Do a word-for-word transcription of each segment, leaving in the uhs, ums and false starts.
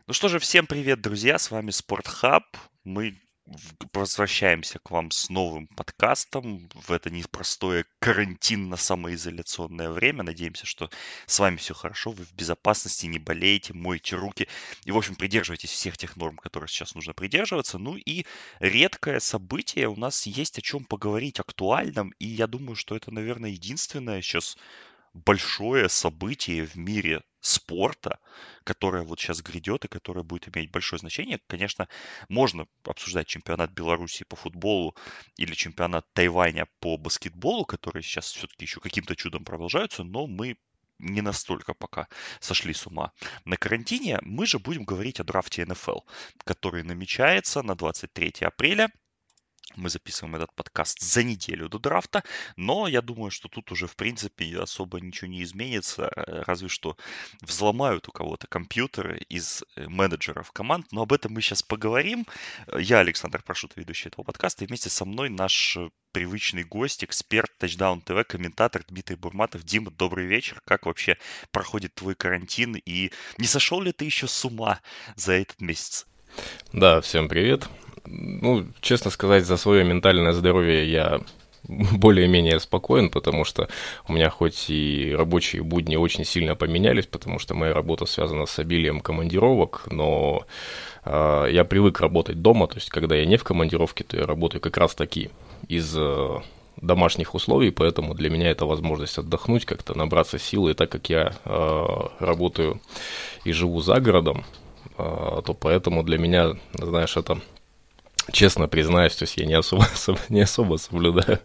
Ну что же, всем привет, друзья! С вами Спортхаб. Мы в- возвращаемся к вам с новым подкастом в это непростое карантинно-самоизоляционное время. Надеемся, что с вами все хорошо, вы в безопасности, не болеете, моете руки и, в общем, придерживайтесь всех тех норм, которые сейчас нужно придерживаться. Ну и редкое событие, у нас есть о чем поговорить актуальном, и я думаю, что это, наверное, единственное сейчас большое событие в мире спорта, которое вот сейчас грядет и которое будет иметь большое значение. Конечно, можно обсуждать чемпионат Беларуси по футболу или чемпионат Тайваня по баскетболу, которые сейчас все-таки еще каким-то чудом продолжаются, но мы не настолько пока сошли с ума на карантине. Мы же будем говорить о драфте эн эф эл, который намечается на двадцать третье апреля. Мы записываем этот подкаст за неделю до драфта, но я думаю, что тут уже, в принципе, особо ничего не изменится, э, разве что взломают у кого-то компьютеры из э, менеджеров команд, но об этом мы сейчас поговорим. Э, Я, Александр Прошут, ведущий этого подкаста, и вместе со мной наш э, привычный гость, эксперт Touchdown ти ви, комментатор Дмитрий Бурматов. Дима, добрый вечер. Как вообще проходит твой карантин и не сошел ли ты еще с ума за этот месяц? Да, всем привет. Ну, честно сказать, за свое ментальное здоровье я более-менее спокоен, потому что у меня хоть и рабочие будни очень сильно поменялись, потому что моя работа связана с обилием командировок, но э, я привык работать дома, то есть когда я не в командировке, то я работаю как раз таки из э, домашних условий, поэтому для меня это возможность отдохнуть, как-то набраться силы, и так как я э, работаю и живу за городом, э, то поэтому для меня, знаешь, это честно признаюсь, то есть я не особо, не особо соблюдаю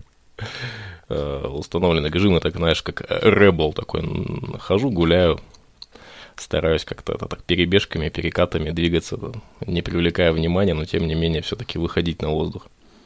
э, установленный режим, и так, знаешь, как рэбл такой, м, хожу, гуляю, стараюсь как-то это, так перебежками, перекатами двигаться, не привлекая внимания, но тем не менее все-таки выходить на воздух.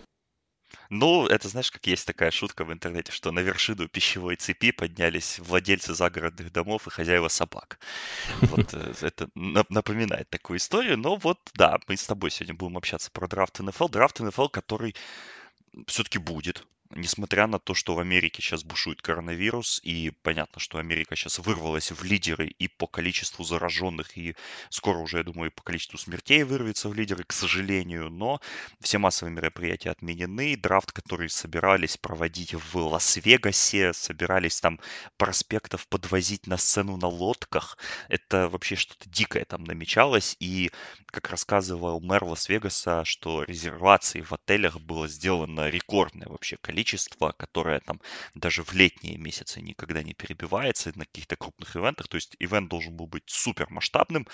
Ну, это знаешь, как есть такая шутка в интернете, что на вершину пищевой цепи поднялись владельцы загородных домов и хозяева собак. Вот э, это на- напоминает такую историю. Но вот, да, мы с тобой сегодня будем общаться про драфт эн эф эл. Драфт эн эф эл, который все-таки будет. Несмотря на то, что в Америке сейчас бушует коронавирус, и понятно, что Америка сейчас вырвалась в лидеры и по количеству зараженных, и скоро уже, я думаю, и по количеству смертей вырвется в лидеры, к сожалению, но все массовые мероприятия отменены. Драфт, который собирались проводить в Лас-Вегасе, собирались там проспектов подвозить на сцену на лодках, это вообще что-то дикое там намечалось, и как рассказывал мэр Лас-Вегаса, что резерваций в отелях было сделано рекордное вообще количество, которое там даже в летние месяцы никогда не перебивается на каких-то крупных ивентах. То есть ивент должен был быть супер масштабным,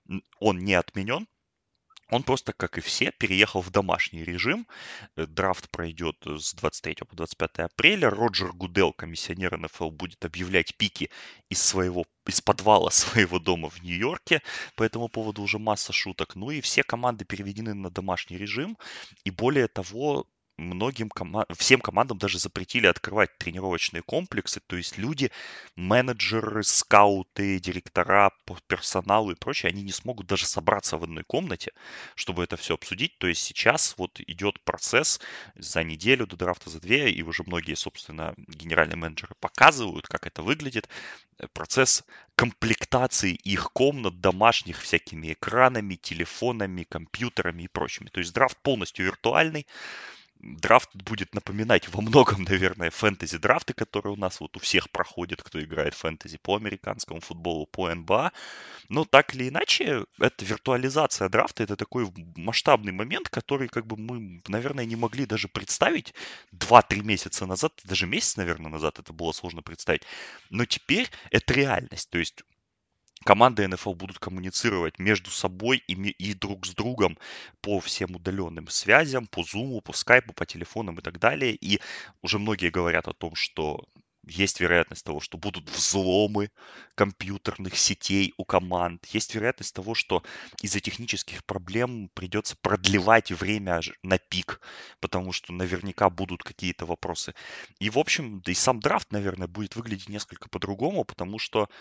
он не отменен, он просто, как и все, переехал в домашний режим. Э, Драфт пройдет с двадцать третьего по двадцать пятое апреля. Роджер Гудел, комиссионер эн эф эл, будет объявлять пики из своего из подвала своего дома в Нью-Йорке. По этому поводу уже масса шуток. Ну и все команды переведены на домашний режим. И более того, многим кома- всем командам даже запретили открывать тренировочные комплексы. То есть люди, менеджеры, скауты, директора по персоналу и прочее, они не смогут даже собраться в одной комнате, чтобы это все обсудить. То есть сейчас вот идет процесс за неделю до драфта, за две, и уже многие, собственно, генеральные менеджеры показывают, как это выглядит. Э, Процесс комплектации их комнат домашних всякими экранами, телефонами, компьютерами и прочими. То есть драфт полностью виртуальный. Драфт будет напоминать во многом, наверное, фэнтези-драфты, которые у нас вот у всех проходят, кто играет в фэнтези по американскому футболу, по эн би эй. Но так или иначе, это виртуализация драфта, это такой масштабный момент, который как бы мы, наверное, не могли даже представить два-три месяца назад, даже месяц, наверное, назад это было сложно представить. Но теперь это реальность. То есть команды эн эф эл будут коммуницировать между собой и, ме- и друг с другом по всем удаленным связям, по Zoom, по скайпу, по телефонам и так далее. И уже многие говорят о том, что есть вероятность того, что будут взломы компьютерных сетей у команд. Есть вероятность того, что из-за технических проблем придется продлевать время ж- на пик, потому что наверняка будут какие-то вопросы. И, в общем, да и сам драфт, наверное, будет выглядеть несколько по-другому, потому что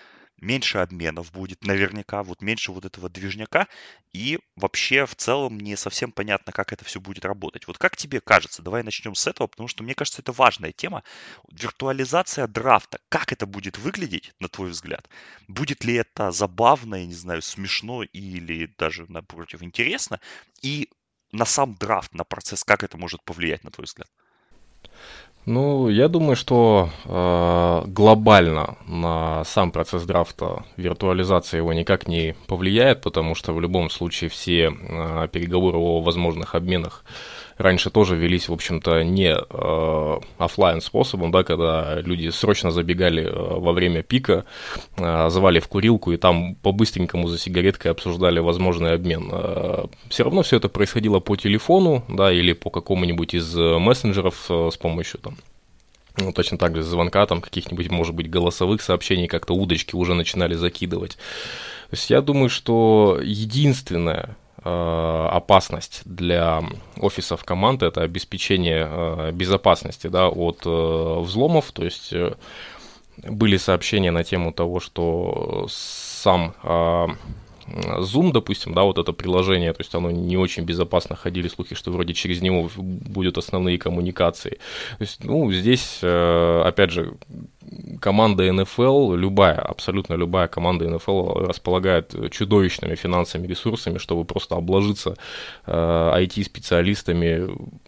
меньше обменов будет наверняка, вот меньше вот этого движняка, и вообще в целом не совсем понятно, как это все будет работать. Вот как тебе кажется, давай начнем с этого, потому что мне кажется, это важная тема. Виртуализация драфта, как это будет выглядеть, на твой взгляд? Будет ли это забавно, я не знаю, смешно или даже, напротив, интересно? И на сам драфт, на процесс, как это может повлиять, на твой взгляд? Ну, я думаю, что э, глобально на сам процесс драфта виртуализация его никак не повлияет, потому что в любом случае все э, переговоры о возможных обменах раньше тоже велись, в общем-то, не э, офлайн способом, да, когда люди срочно забегали э, во время пика, э, звали в курилку и там по-быстренькому за сигареткой обсуждали возможный обмен. Э, все равно все это происходило по телефону, да, или по какому-нибудь из мессенджеров э, с помощью там, ну, точно так же звонка, там, каких-нибудь, может быть, голосовых сообщений, как-то удочки уже начинали закидывать. То есть я думаю, что единственное, опасность для офисов команд — это обеспечение безопасности, да, от взломов. То есть были сообщения на тему того, что сам Zoom, допустим, да, вот это приложение, то есть оно не очень безопасно, ходили слухи, что вроде через него будут основные коммуникации. То есть, ну, здесь, опять же, команда эн эф эл, любая, абсолютно любая команда эн эф эл располагает чудовищными финансовыми ресурсами, чтобы просто обложиться ай ти-специалистами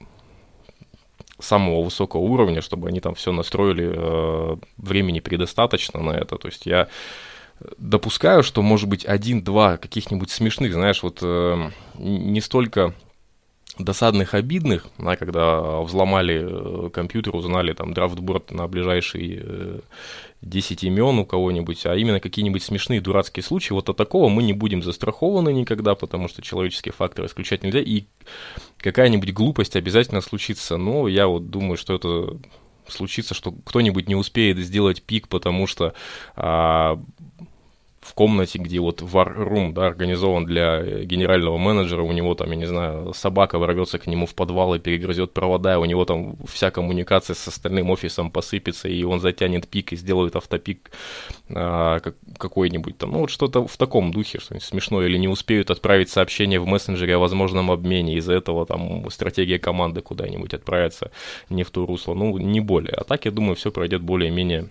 самого высокого уровня, чтобы они там все настроили, времени предостаточно на это. То есть я допускаю, что, может быть, один-два каких-нибудь смешных, знаешь, вот э, не столько досадных, обидных, да, когда взломали компьютер, узнали там драфтборд на ближайшие э, десять имен у кого-нибудь, а именно какие-нибудь смешные дурацкие случаи. Вот от такого мы не будем застрахованы никогда, потому что человеческий фактор исключать нельзя, и какая-нибудь глупость обязательно случится. Но я вот думаю, что это случится, что кто-нибудь не успеет сделать пик, потому что а, в комнате, где вот war room, да, организован для генерального менеджера, у него там, я не знаю, собака ворвется к нему в подвал и перегрызет провода, и у него там вся коммуникация с остальным офисом посыпется, и он затянет пик и сделает автопик а, как, какой-нибудь там. Ну, вот что-то в таком духе, что-нибудь смешное, или не успеют отправить сообщение в мессенджере о возможном обмене, из-за этого там стратегия команды куда-нибудь отправится не в то русло, ну, не более. А так, я думаю, все пройдет более-менее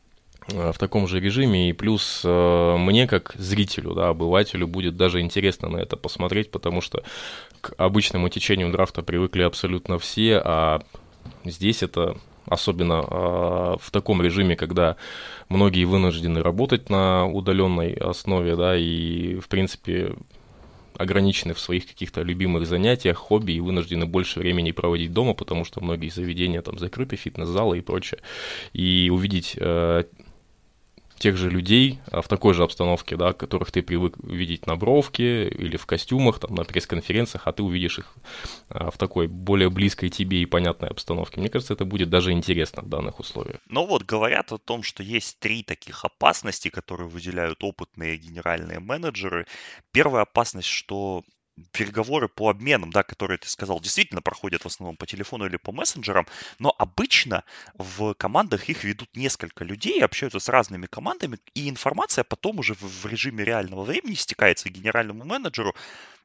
в таком же режиме, и плюс э, мне, как зрителю, да, обывателю, будет даже интересно на это посмотреть, потому что к обычному течению драфта привыкли абсолютно все, а здесь это, особенно э, в таком режиме, когда многие вынуждены работать на удаленной основе, да, и, в принципе, ограничены в своих каких-то любимых занятиях, хобби, и вынуждены больше времени проводить дома, потому что многие заведения там закрыты, фитнес-залы и прочее, и увидеть э, тех же людей в такой же обстановке, да, которых ты привык видеть на бровке или в костюмах, там, на пресс-конференциях, а ты увидишь их в такой более близкой тебе и понятной обстановке. Мне кажется, это будет даже интересно в данных условиях. Но вот говорят о том, что есть три таких опасности, которые выделяют опытные генеральные менеджеры. Первая опасность, что переговоры по обменам, да, которые ты сказал, действительно проходят в основном по телефону или по мессенджерам, но обычно в командах их ведут несколько людей, общаются с разными командами, и информация потом уже в режиме реального времени стекается к генеральному менеджеру,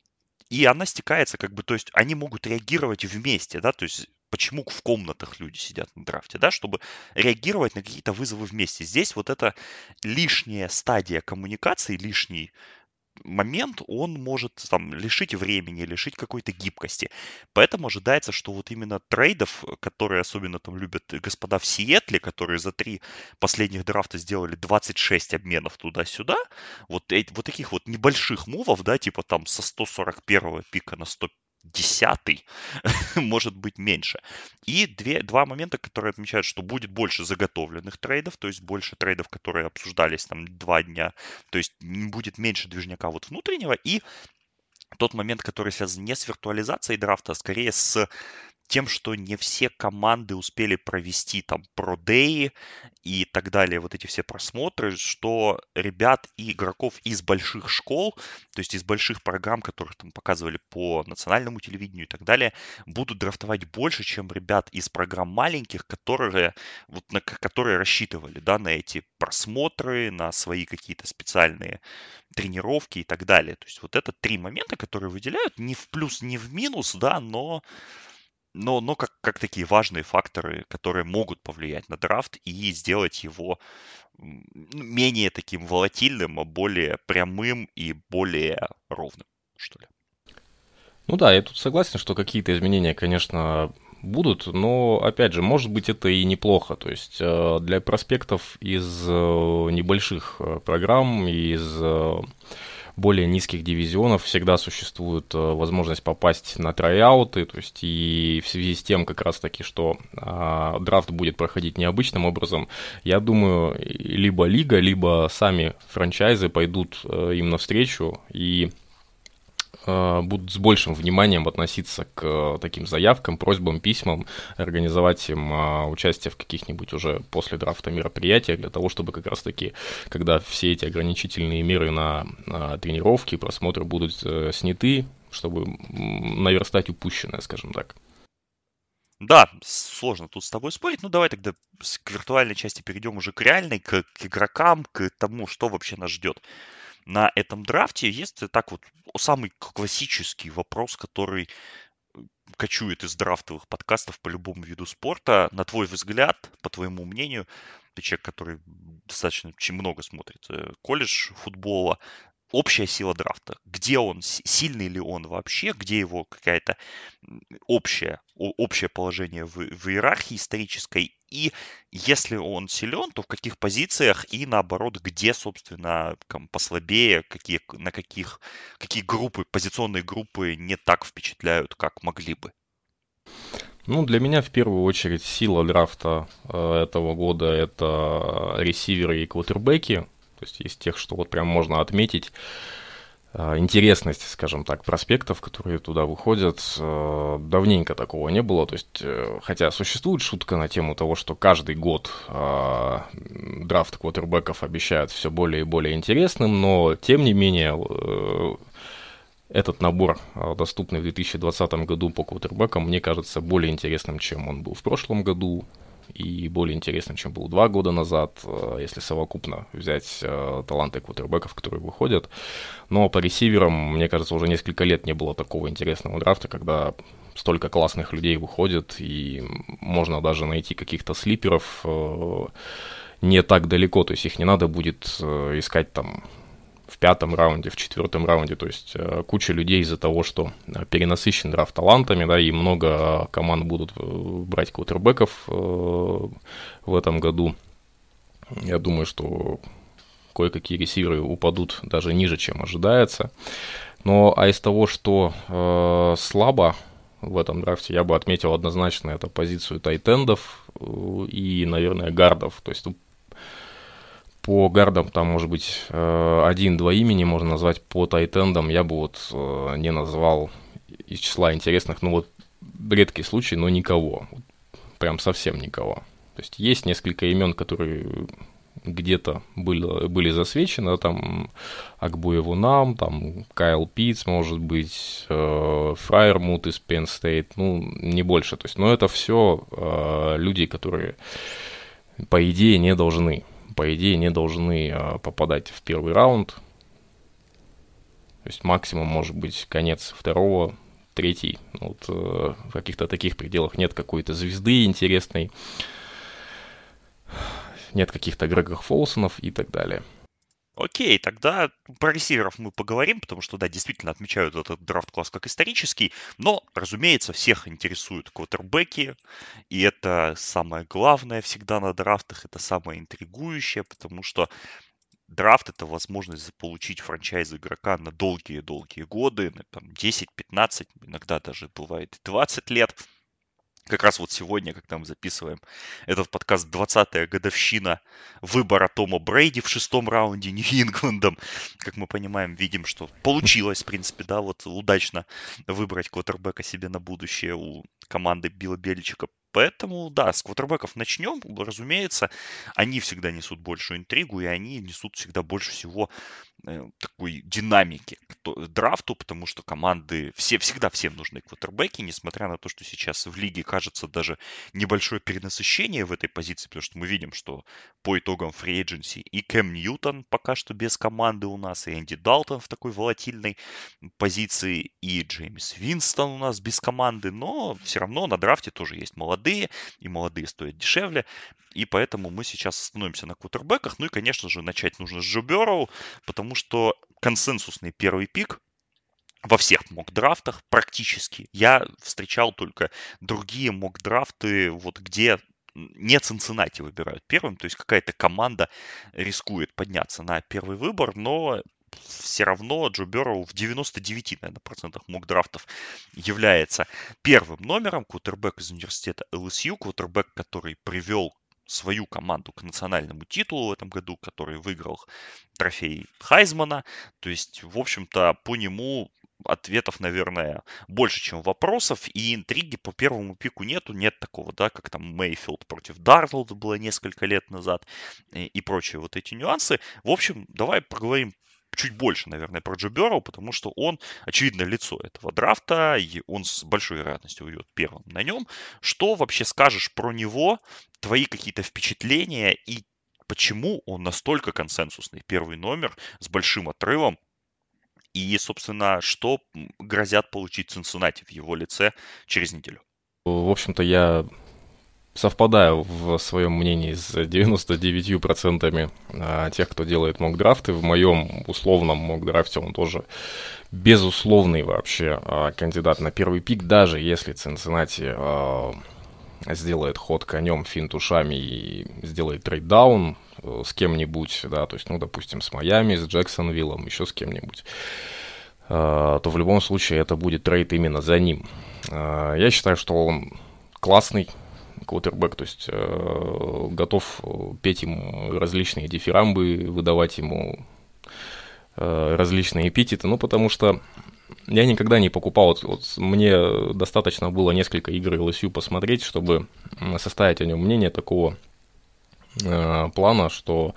и она стекается как бы, то есть они могут реагировать вместе, да, то есть почему в комнатах люди сидят на драфте, да, чтобы реагировать на какие-то вызовы вместе. Здесь вот эта лишняя стадия коммуникации, лишний момент, он может там лишить времени, лишить какой-то гибкости. Поэтому ожидается, что вот именно трейдов, которые особенно там любят господа в Сиэтле, которые за три последних драфта сделали двадцать шесть обменов туда-сюда, вот, эти, вот таких вот небольших мувов, да, типа там со сто сорок первого пика на сто десятый, может быть меньше. И две, два момента, которые отмечают, что будет больше заготовленных трейдов, то есть больше трейдов, которые обсуждались там два дня, то есть будет меньше движняка вот внутреннего, и тот момент, который связан не с виртуализацией драфта, а скорее с тем, что не все команды успели провести там про-деи и так далее, вот эти все просмотры, что ребят и игроков из больших школ, то есть из больших программ, которых там показывали по национальному телевидению и так далее, будут драфтовать больше, чем ребят из программ маленьких, которые, вот на к- которые рассчитывали, да, на эти просмотры, на свои какие-то специальные тренировки и так далее. То есть вот это три момента, которые выделяют не в плюс, не в минус, да, но но, но как, как такие важные факторы, которые могут повлиять на драфт и сделать его м, ну, менее таким волатильным, а более прямым и более ровным, что ли. Ну да, я тут согласен, что какие-то изменения, конечно, будут, но, опять же, может быть, это и неплохо. То есть э, для проспектов из э, небольших э, программ, из э, более низких дивизионов всегда существует э, возможность попасть на трайауты, то есть и в связи с тем, как раз-таки, что э, драфт будет проходить необычным образом, я думаю, либо лига, либо сами франчайзы пойдут э, им навстречу и э, будут с большим вниманием относиться к э, таким заявкам, просьбам, письмам, организовать им э, участие в каких-нибудь уже после драфта мероприятиях для того, чтобы как раз-таки, когда все эти ограничительные меры на, на тренировки, просмотры будут э, сняты, чтобы м, наверстать упущенное, скажем так. Да, сложно тут с тобой спорить. Ну, давай тогда с- к виртуальной части перейдем уже к реальной, к, к игрокам, к тому, что вообще нас ждет. На этом драфте есть э, так вот самый классический вопрос, который кочует из драфтовых подкастов по любому виду спорта. На твой взгляд, по твоему мнению, ты человек, который достаточно очень много смотрит э, колледж футбола, общая сила драфта. Где он, с- сильный ли он вообще, где его какая-то м, общая, о- общее положение в, в иерархии исторической, и если он силен, то в каких позициях, и наоборот, где, собственно, кам- послабее, какие, на каких, какие группы, позиционные группы не так впечатляют, как могли бы. Ну, для меня в первую очередь сила драфта э, этого года — это ресиверы и квотербеки. То есть из тех, что вот прям можно отметить. Э, Интересность, скажем так, проспектов, которые туда выходят, э, давненько такого не было. То есть, э, хотя существует шутка на тему того, что каждый год э, драфт квотербеков обещают все более и более интересным, но тем не менее э, этот набор, э, доступный в две тысячи двадцатом году по квотербекам, мне кажется более интересным, чем он был в прошлом году, и более интересным, чем был два года назад, э, если совокупно взять э, таланты квотербеков, которые выходят. Но по ресиверам, мне кажется, уже несколько лет не было такого интересного драфта, когда столько классных людей выходит, и можно даже найти каких-то слиперов э, не так далеко, то есть их не надо будет э, искать там в пятом раунде, в четвертом раунде, то есть э, куча людей из-за того, что э, перенасыщен драфт талантами, да, и много команд будут э, брать квотербеков э, в этом году. Я думаю, что кое-какие ресиверы упадут даже ниже, чем ожидается. Но а из того, что э, слабо в этом драфте, я бы отметил однозначно это позицию тайтендов э, и, наверное, гардов. То есть по гардам там, может быть, э, один-два имени можно назвать, по тайтендам я бы вот э, не назвал из числа интересных, ну вот редкий случай, но никого. Прям совсем никого. То есть есть несколько имен, которые где-то были, были засвечены, да, там Акбуевунам, там Кайл Питц, может быть, э, Фраермут из Penn State, ну, не больше. То есть, но это все э, люди, которые, по идее, не должны, по идее, не должны э, попадать в первый раунд. То есть максимум может быть конец второго, третий. Вот, э, в каких-то таких пределах нет какой-то звезды интересной, нет каких-то Грегор Фолсонов и так далее. Окей, тогда про ресиверов мы поговорим, потому что, да, действительно отмечают этот драфт-класс как исторический, но, разумеется, всех интересуют квотербеки, и это самое главное всегда на драфтах, это самое интригующее, потому что драфт — это возможность заполучить франчайз игрока на долгие-долгие годы, на там, десять-пятнадцать, иногда даже бывает двадцать лет. Как раз вот сегодня, когда мы записываем этот подкаст, двадцатая годовщина выбора Тома Брейди в шестом раунде Нью-Ингландом. Как мы понимаем, видим, что получилось, в принципе, да, вот удачно выбрать квотербека себе на будущее у команды Билла Беличика. Поэтому, да, с квотербеков начнем. Разумеется, они всегда несут большую интригу, и они несут всегда больше всего э, такой динамики к то- драфту, потому что команды, все, всегда всем нужны квотербеки, несмотря на то, что сейчас в лиге кажется даже небольшое перенасыщение в этой позиции, потому что мы видим, что по итогам фри эйдженси и Кэм Ньютон пока что без команды у нас, и Энди Далтон в такой волатильной позиции, и Джеймс Винстон у нас без команды, но все равно на драфте тоже есть молодые, и молодые стоят дешевле, и поэтому мы сейчас остановимся на квотербеках. Ну и, конечно же, начать нужно с Джо Бёрроу, потому что консенсусный первый пик во всех мок-драфтах практически. Я встречал только другие мок-драфты, вот где не Цинциннати выбирают первым, то есть какая-то команда рискует подняться на первый выбор, но все равно Джо Бёрроу в девяносто девять, наверное, процентах мок-драфтов является первым номером. Квотербек из университета эл эс ю, квотербек, который привел свою команду к национальному титулу в этом году, который выиграл трофей Хайзмана. То есть, в общем-то, по нему ответов, наверное, больше, чем вопросов, и интриги по первому пику нету, нет такого, да, как там Мейфилд против Дарнолда было несколько лет назад и, и прочие вот эти нюансы. В общем, давай поговорим чуть больше, наверное, про Джо Бёрроу, потому что он, очевидно, лицо этого драфта, и он с большой вероятностью уйдет первым на нем. Что вообще скажешь про него, твои какие-то впечатления, и почему он настолько консенсусный первый номер с большим отрывом? И, собственно, что грозят получить Цинциннати в его лице через неделю? В общем-то, я совпадаю в своем мнении с девяносто девять процентов тех, кто делает мок-драфты. В моем условном мок-драфте он тоже безусловный вообще кандидат на первый пик, даже если Цинциннати сделает ход конем, финт ушами и сделает трейддаун с кем-нибудь, да, то есть, ну, допустим, с Майами, с Джексонвиллом, еще с кем-нибудь, то в любом случае это будет трейд именно за ним. Я считаю, что он классный квотербек, то есть готов петь ему различные дифирамбы, выдавать ему различные эпитеты, ну, потому что я никогда не покупал, вот, вот мне достаточно было несколько игр эл эс ю посмотреть, чтобы составить о нем мнение такого э, плана, что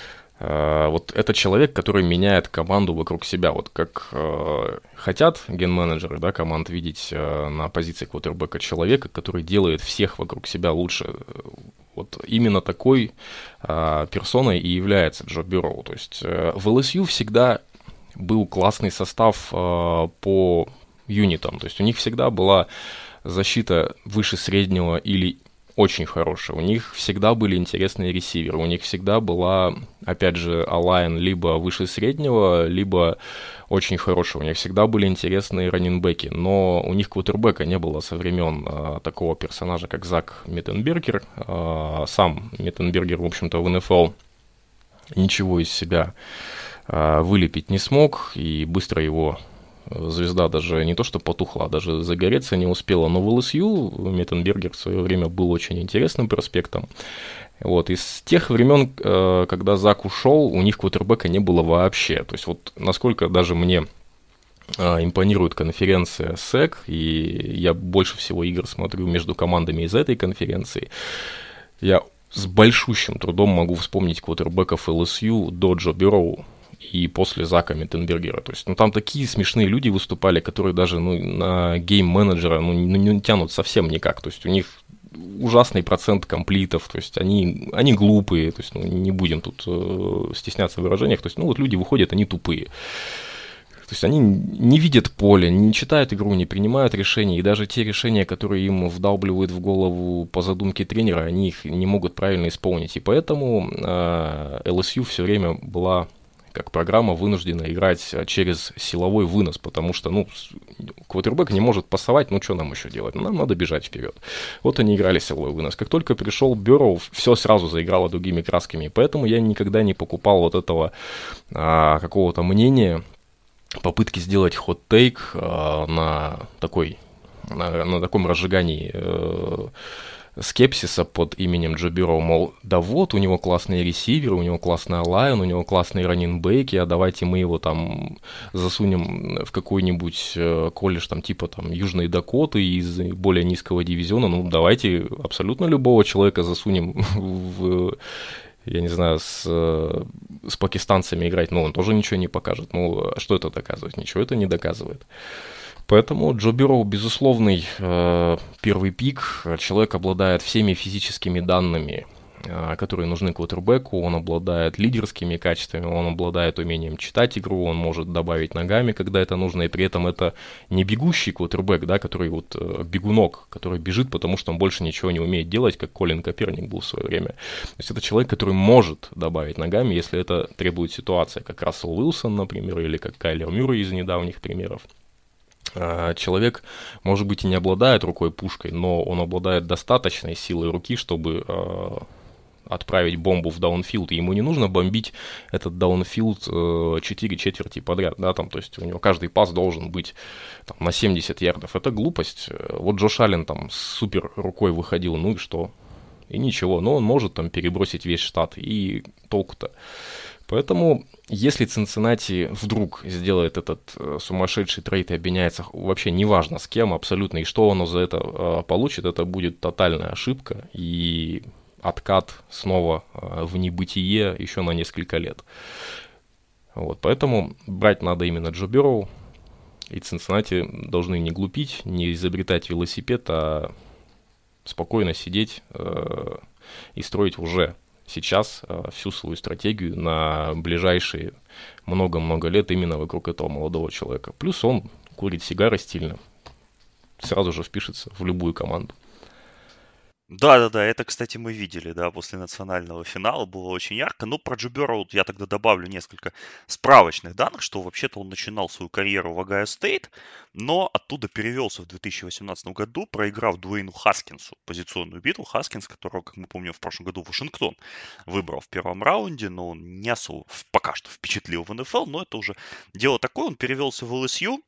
э, вот это человек, который меняет команду вокруг себя, вот как э, хотят ген-менеджеры, да, команд видеть э, на позиции квотербека человека, который делает всех вокруг себя лучше. Вот именно такой э, персоной и является Джо Бёрроу, то есть э, в эл эс ю всегда был классный состав э, по юнитам. То есть у них всегда была защита выше среднего или очень хорошая. У них всегда были интересные ресиверы. У них всегда была, опять же, алайн либо выше среднего, либо очень хорошего. У них всегда были интересные раннинбеки. Но у них квотербека не было со времен э, такого персонажа, как Зак Меттенбергер. Э, сам Меттенбергер, в общем-то, в эн эф эл ничего из себя вылепить не смог, и быстро его звезда даже не то что потухла, даже загореться не успела. Но в эл эс ю Меттенбергер в свое время был очень интересным проспектом. Вот. И с тех времен, когда Зак ушел, у них квотербека не было вообще. То есть вот насколько даже мне импонирует конференция сэк, и я больше всего игр смотрю между командами из этой конференции, я с большущим трудом могу вспомнить квотербеков эл эс ю до Джо Бёрроу и после Зака Меттенбергера. То есть, ну, там такие смешные люди выступали, которые даже, ну, на гейм-менеджера, ну, не, не тянут совсем никак. То есть, у них ужасный процент комплитов, то есть, они, они глупые, то есть, ну, не будем тут э, стесняться в выражениях. То есть, ну, вот люди выходят, они тупые. То есть, они не видят поля, не читают игру, не принимают решений, и даже те решения, которые им вдалбливают в голову по задумке тренера, они их не могут правильно исполнить. И поэтому э, эл эс ю все время была как программа вынуждена играть через силовой вынос, потому что, ну, квотербек не может пасовать, ну, что нам еще делать? Нам надо бежать вперед. Вот они играли силовой вынос. Как только пришел Бёрроу, все сразу заиграло другими красками, поэтому я никогда не покупал вот этого а, какого-то мнения, попытки сделать хот-тейк а, на такой на, на таком разжигании э, скепсиса под именем Джо Бюро, мол, да вот, у него классные ресиверы, у него классный лайн, у него классные раннинбеки, а давайте мы его там засунем в какой-нибудь колледж там типа там Южной Дакоты из более низкого дивизиона, ну давайте абсолютно любого человека засунем в, я не знаю, с, с пакистанцами играть, но он тоже ничего не покажет. Ну, что это доказывает? Ничего это не доказывает. Поэтому Джо Бюро безусловный э, первый пик. Человек обладает всеми физическими данными, э, которые нужны квотербеку. Он обладает лидерскими качествами, он обладает умением читать игру, он может добавить ногами, когда это нужно. И при этом это не бегущий квотербек, да, который вот э, бегунок, который бежит, потому что он больше ничего не умеет делать, как Колин Каперник был в свое время. То есть это человек, который может добавить ногами, если это требует ситуация, как Рассел Уилсон, например, или как Кайлер Мюррей из недавних примеров. Человек, может быть, и не обладает рукой-пушкой, но он обладает достаточной силой руки, чтобы э, отправить бомбу в даунфилд. И ему не нужно бомбить этот даунфилд э, четыре четверти подряд, да, там, то есть у него каждый пас должен быть там, на семьдесят ярдов. Это глупость. Вот Джош Аллен там с супер рукой выходил, ну и что? И ничего, но он может там перебросить весь штат, и толку-то. Поэтому, если Цинциннати вдруг сделает этот э, сумасшедший трейд и обменяется, вообще неважно с кем абсолютно, и что оно за это э, получит, это будет тотальная ошибка и откат снова э, в небытие еще на несколько лет. Вот, поэтому брать надо именно Джо Бюро, и Цинциннати должны не глупить, не изобретать велосипед, а спокойно сидеть э, и строить уже сейчас э, всю свою стратегию на ближайшие много-много лет именно вокруг этого молодого человека. Плюс он курит сигары стильно, сразу же впишется в любую команду. Да-да-да, это, кстати, мы видели, да, после национального финала, было очень ярко. Но про Джо Бюро вот я тогда добавлю несколько справочных данных, что вообще-то он начинал свою карьеру в Огайо Стейт, но оттуда перевелся в две тысячи восемнадцатом году, проиграв Дуэйну Хаскинсу позиционную битву. Хаскинс, которого, как мы помним, в прошлом году Вашингтон выбрал в первом раунде, но он не особо пока что впечатлил в эн эф эл, но это уже дело такое. Он перевелся в эл эс ю,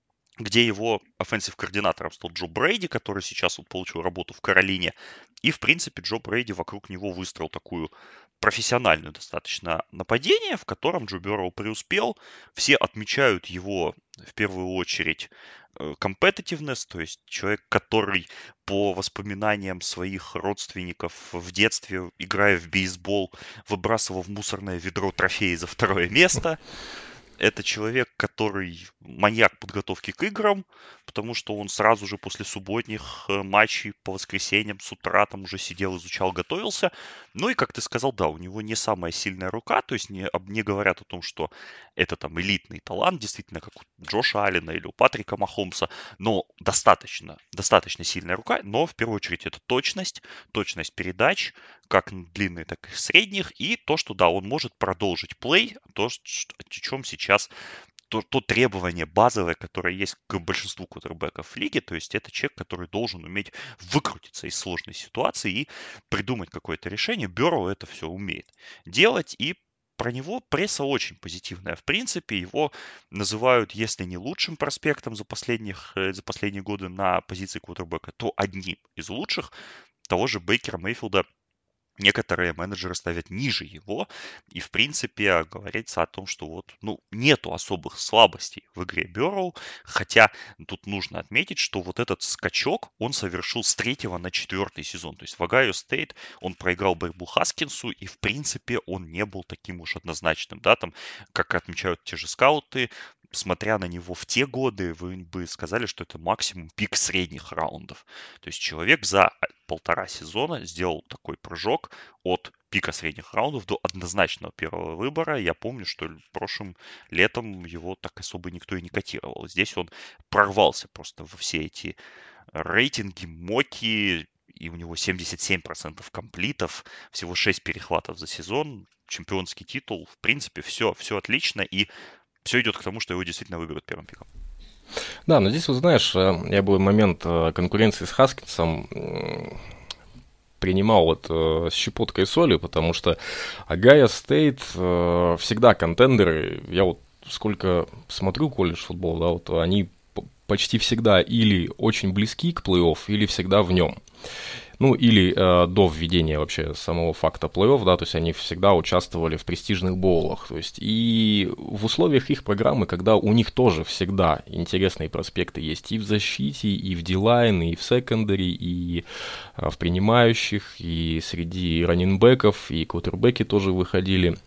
где его оффенсив координатором стал Джо Брейди, который сейчас вот получил работу в Каролине. И, в принципе, Джо Брейди вокруг него выстроил такую профессиональную достаточно нападение, в котором Джо Бюро преуспел. Все отмечают его в первую очередь competitiveness, то есть человек, который по воспоминаниям своих родственников в детстве, играя в бейсбол, выбрасывал в мусорное ведро трофеи за второе место. Это человек, который маньяк подготовки к играм, потому что он сразу же после субботних матчей по воскресеньям с утра там уже сидел, изучал, готовился. Ну и, как ты сказал, да, у него не самая сильная рука, то есть не, не говорят о том, что это там элитный талант, действительно, как у Джоша Аллена или у Патрика Махомса, но достаточно, достаточно сильная рука, но в первую очередь это точность, точность передач, как длинных, так и средних, и то, что, да, он может продолжить плей, то, о чем сейчас, то, то требование базовое, которое есть к большинству квотербеков в лиге, то есть это человек, который должен уметь выкрутиться из сложной ситуации и придумать какое-то решение. Бюро это все умеет делать, и про него пресса очень позитивная. В принципе, его называют, если не лучшим проспектом за, последних, за последние годы на позиции квотербека, то одним из лучших. Того же Бейкера Мейфилда некоторые менеджеры ставят ниже его, и, в принципе, говорится о том, что вот, ну, нету особых слабостей в игре Бюро, хотя тут нужно отметить, что вот этот скачок он совершил с третьего на четвертый сезон, то есть в Огайо Стейт он проиграл борьбу Хаскинсу, и, в принципе, он не был таким уж однозначным, да, там, как отмечают те же скауты, смотря на него в те годы, вы бы сказали, что это максимум пик средних раундов. То есть человек за полтора сезона сделал такой прыжок от пика средних раундов до однозначного первого выбора. Я помню, что прошлым летом его так особо никто и не котировал. Здесь он прорвался просто во все эти рейтинги, моки, и у него семьдесят семь процентов комплитов, всего шесть перехватов за сезон, чемпионский титул. В принципе, все, все отлично, и все идет к тому, что его действительно выберут первым пиком. Да, но здесь, вот знаешь, я бы момент конкуренции с Хаскинсом принимал вот с щепоткой соли, потому что Огайо Стейт всегда контендеры. Я вот сколько смотрю колледж футбол, да, вот они почти всегда или очень близки к плей-офф, или всегда в нем. Ну, или э, до введения вообще самого факта плей-офф, да, то есть они всегда участвовали в престижных боулах, то есть и в условиях их программы, когда у них тоже всегда интересные проспекты есть и в защите, и в дилайн, и в секондари, и э, в принимающих, и среди раннинбеков, и квотербеки тоже выходили,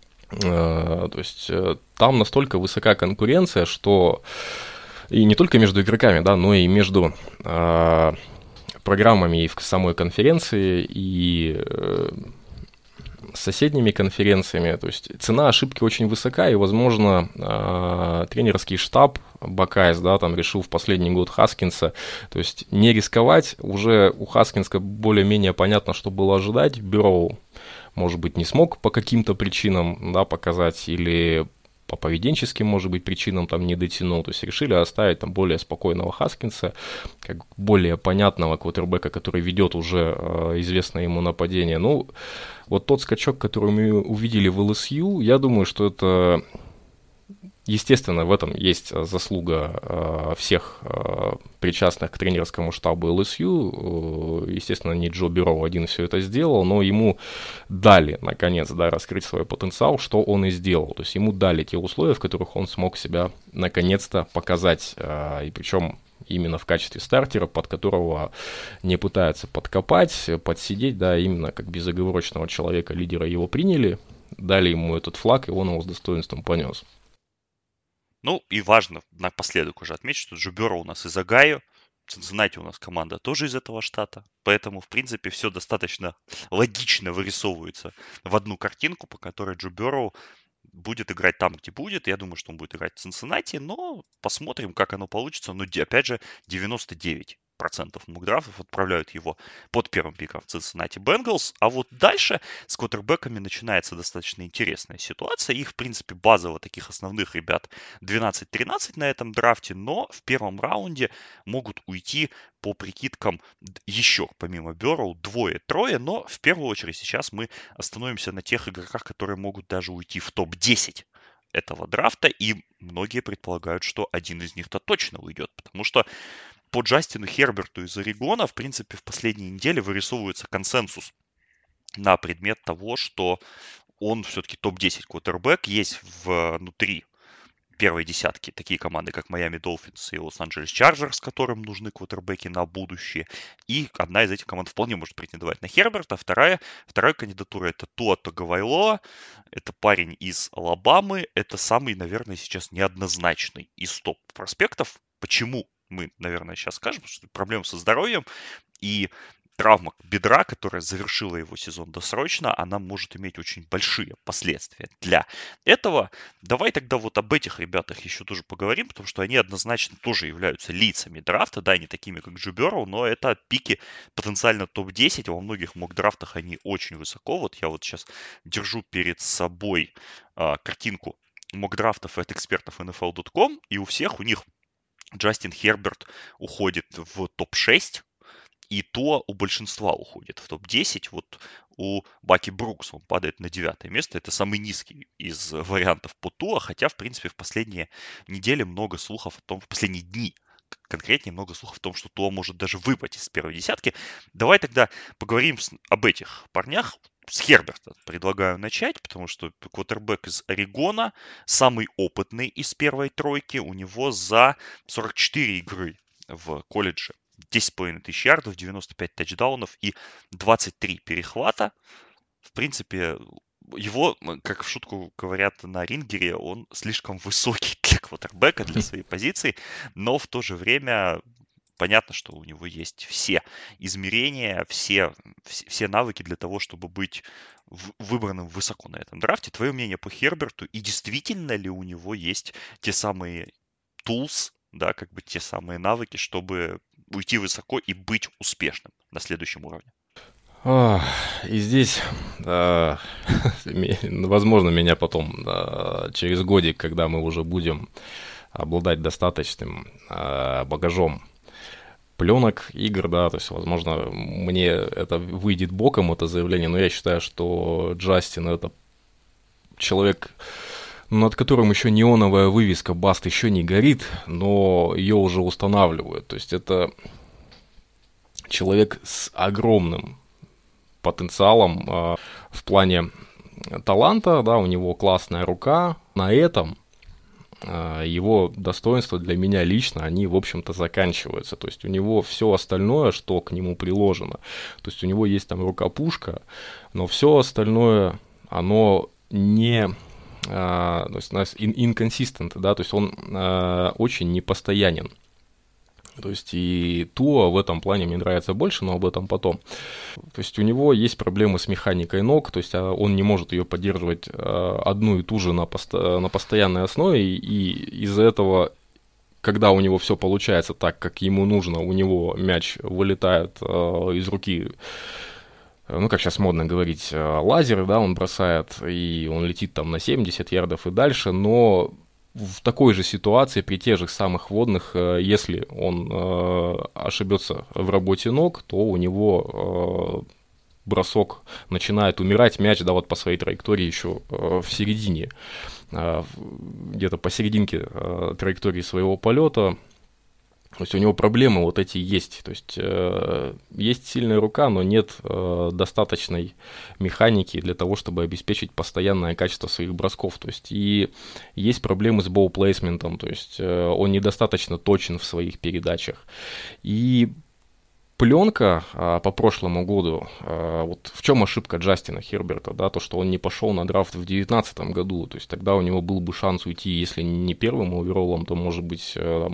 э, то есть э, там настолько высока конкуренция, что и не только между игроками, да, но и между... Э, программами и в самой конференции, и э, с соседними конференциями. То есть цена ошибки очень высока, и, возможно, э, тренерский штаб Бакайс, да, там решил в последний год Хаскинса, то есть не рисковать. Уже у Хаскинса более-менее понятно, что было ожидать. Бюро, может быть, не смог по каким-то причинам, да, показать, или по поведенческим, может быть, причинам там не дотянул. То есть решили оставить там более спокойного Хаскинса, как более понятного квотербека, который ведет уже э, известное ему нападение. Ну, вот тот скачок, который мы увидели в эл эс ю, я думаю, что это... Естественно, в этом есть заслуга э, всех э, причастных к тренерскому штабу эл эс ю. Э, естественно, не Джо Бюро один все это сделал, но ему дали, наконец, да, раскрыть свой потенциал, что он и сделал. То есть ему дали те условия, в которых он смог себя наконец-то показать. Э, и причем именно в качестве стартера, под которого не пытаются подкопать, подсидеть, да, именно как безоговорочного человека, лидера его приняли, дали ему этот флаг, и он его с достоинством понес. Ну, и важно напоследок уже отметить, что Джо Бюро у нас из Огайо, Цинциннати у нас команда тоже из этого штата, поэтому, в принципе, все достаточно логично вырисовывается в одну картинку, по которой Джо Бюро будет играть там, где будет. Я думаю, что он будет играть в Цинциннати, но посмотрим, как оно получится. Но, опять же, девяносто девять процентов мукдрафтов отправляют его под первым пиком в Cincinnati Bengals. А вот дальше с квотербеками начинается достаточно интересная ситуация. Их, в принципе, базово таких основных ребят двенадцать-тринадцать на этом драфте, но в первом раунде могут уйти по прикидкам еще, помимо Бёрроу, двое-трое, но в первую очередь сейчас мы остановимся на тех игроках, которые могут даже уйти в топ десять этого драфта, и многие предполагают, что один из них-то точно уйдет, потому что по Джастину Херберту из Орегона, в принципе, в последние недели вырисовывается консенсус на предмет того, что он все-таки топ десять квотербек. Есть внутри первой десятки такие команды, как Miami Dolphins и Лос-Анджелес Чарджерс, которым нужны квотербеки на будущее. И одна из этих команд вполне может претендовать на Херберта. Вторая, вторая кандидатура — это Туа Таговайлоа. Это парень из Алабамы. Это самый, наверное, сейчас неоднозначный из топ-проспектов. Почему? Мы, наверное, сейчас скажем, что проблемы со здоровьем и травма бедра, которая завершила его сезон досрочно, она может иметь очень большие последствия для этого. Давай тогда вот об этих ребятах еще тоже поговорим, потому что они однозначно тоже являются лицами драфта, да, не такими, как Джо Бёрроу, но это пики потенциально топ десять, а во многих мок-драфтах они очень высоко. Вот я вот сейчас держу перед собой а, картинку мок-драфтов от экспертов эн эф эл точка ком, и у всех у них Джастин Херберт уходит в топ шесть, и то у большинства уходит в топ десять. Вот у Баки Брукс он падает на девятое место. Это самый низкий из вариантов по Туа, хотя, в принципе, в последние недели много слухов о том, в последние дни, конкретнее, много слухов о том, что Туа может даже выпасть из первой десятки. Давай тогда поговорим с, об этих парнях. С Херберта предлагаю начать, потому что квотербек из Орегона, самый опытный из первой тройки, у него за сорок четыре игры в колледже десять с половиной тысяч ярдов, девяносто пять тачдаунов и двадцать три перехвата. В принципе, его, как в шутку говорят на рингере, он слишком высокий для квотербека, для своей позиции, но в то же время понятно, что у него есть все измерения, все, все, все навыки для того, чтобы быть в, выбранным высоко на этом драфте. Твое мнение по Херберту, и действительно ли у него есть те самые tools, да, как бы те самые навыки, чтобы уйти высоко и быть успешным на следующем уровне? И здесь, да, возможно, меня потом, да, через годик, когда мы уже будем обладать достаточным багажом пленок, игр, да, то есть, возможно, мне это выйдет боком, это заявление, но я считаю, что Джастин — это человек над которым еще неоновая вывеска Баст еще не горит, но ее уже устанавливают. То есть это человек с огромным потенциалом э, в плане таланта, да, у него классная рука. На этом э, его достоинства для меня лично, они, в общем-то, заканчиваются. То есть у него все остальное, что к нему приложено. То есть у него есть там рука-пушка, но все остальное, оно не... Uh, то есть у нас inconsistent, да, то есть он uh, очень непостоянен. То есть и Туа в этом плане мне нравится больше, но об этом потом. То есть у него есть проблемы с механикой ног, то есть он не может ее поддерживать uh, одну и ту же на, поsto- на постоянной основе, и из-за этого, когда у него все получается так, как ему нужно, у него мяч вылетает uh, из руки. Ну, как сейчас модно говорить, лазеры, да, он бросает, и он летит там на семьдесят ярдов и дальше, но в такой же ситуации, при тех же самых водных, если он э, ошибется в работе ног, то у него э, бросок начинает умирать, мяч, да, вот по своей траектории еще э, в середине, э, где-то посерединке э, траектории своего полета. То есть у него проблемы вот эти есть. То есть э, есть сильная рука, но нет э, достаточной механики для того, чтобы обеспечить постоянное качество своих бросков. То есть и есть проблемы с боул-плейсментом, то есть э, он недостаточно точен в своих передачах. И пленка а, по прошлому году, а, вот в чем ошибка Джастина Херберта, да, то, что он не пошел на драфт в две тысячи девятнадцатом году, то есть тогда у него был бы шанс уйти, если не первым овероллом, то, может быть,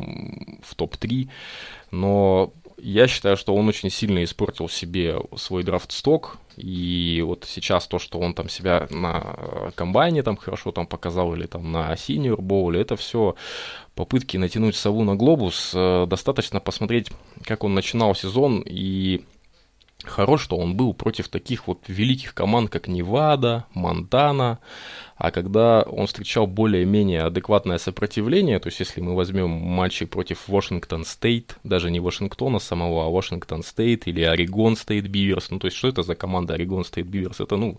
в топ три, но я считаю, что он очень сильно испортил себе свой драфт-сток, и вот сейчас то, что он там себя на комбайне там хорошо там показал, или там на Senior Bowl, это все попытки натянуть сову на глобус. Достаточно посмотреть, как он начинал сезон, и хорош, что он был против таких вот великих команд, как Невада, Монтана, а когда он встречал более-менее адекватное сопротивление, то есть если мы возьмем матчи против Вашингтон Стейт, даже не Вашингтона самого, а Вашингтон Стейт или Орегон Стейт Биверс, ну то есть что это за команда Орегон Стейт Биверс? Это, ну,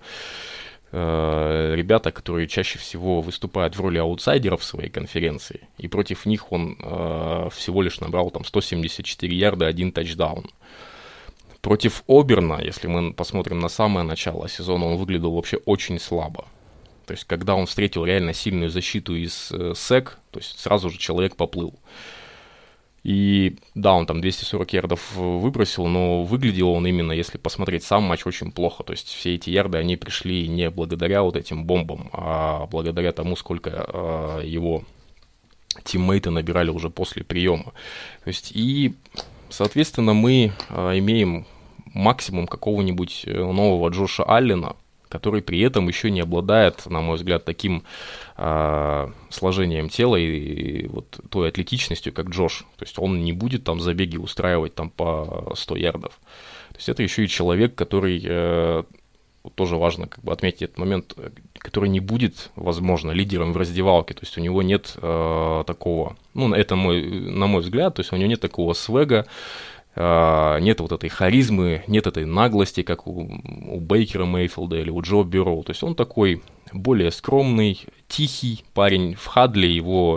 э, ребята, которые чаще всего выступают в роли аутсайдеров в своей конференции, и против них он э, всего лишь набрал там сто семьдесят четыре ярда, один тачдаун. Против Оберна, если мы посмотрим на самое начало сезона, он выглядел вообще очень слабо. То есть, когда он встретил реально сильную защиту из э, сэк, то есть сразу же человек поплыл. И да, он там двести сорок ярдов выбросил, но выглядел он именно, если посмотреть сам матч, очень плохо. То есть все эти ярды, они пришли не благодаря вот этим бомбам, а благодаря тому, сколько э, его тиммейты набирали уже после приема. То есть и, соответственно, мы э, имеем максимум какого-нибудь нового Джоша Аллена, который при этом еще не обладает, на мой взгляд, таким э, сложением тела и, и вот той атлетичностью, как Джош. То есть он не будет там забеги устраивать там по сто ярдов. То есть это еще и человек, который, э, тоже важно как бы отметить этот момент, который не будет, возможно, лидером в раздевалке. То есть у него нет э, такого, ну, это мой, на мой взгляд, то есть у него нет такого свега, нет вот этой харизмы, нет этой наглости, как у, у Бейкера Мейфилда или у Джо Бюро. То есть он такой более скромный, тихий парень. В хадле его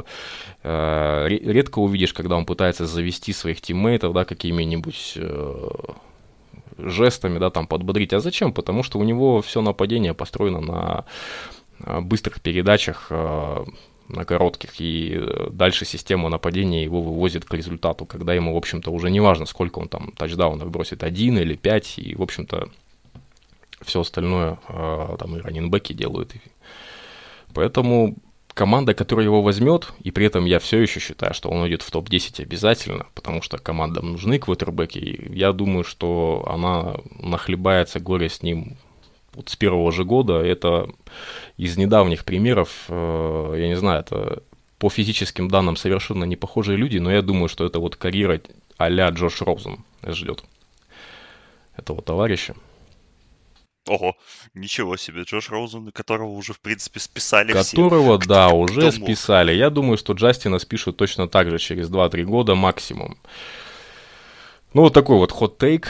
э, редко увидишь, когда он пытается завести своих тиммейтов, да, какими-нибудь э, жестами, да, там подбодрить. А зачем? Потому что у него все нападение построено на быстрых передачах, э, на коротких, и дальше система нападения его вывозит к результату, когда ему, в общем-то, уже не важно, сколько он там тачдаунов бросит, один или пять, и, в общем-то, все остальное там и раннинбеки делают. Поэтому команда, которая его возьмет, и при этом я все еще считаю, что он уйдет в топ десять обязательно, потому что командам нужны квотербеки, и я думаю, что она нахлебается горе с ним вот с первого же года. Это из недавних примеров, э, я не знаю, это по физическим данным совершенно не похожие люди, но я думаю, что это вот карьера а-ля Джош Розен ждет этого товарища. Ого, ничего себе, Джош Розен, которого уже, в принципе, списали Которого, все. да, уже списали. Я думаю, что Джастина спишут точно так же через два-три года максимум. Ну, вот такой вот хот-тейк.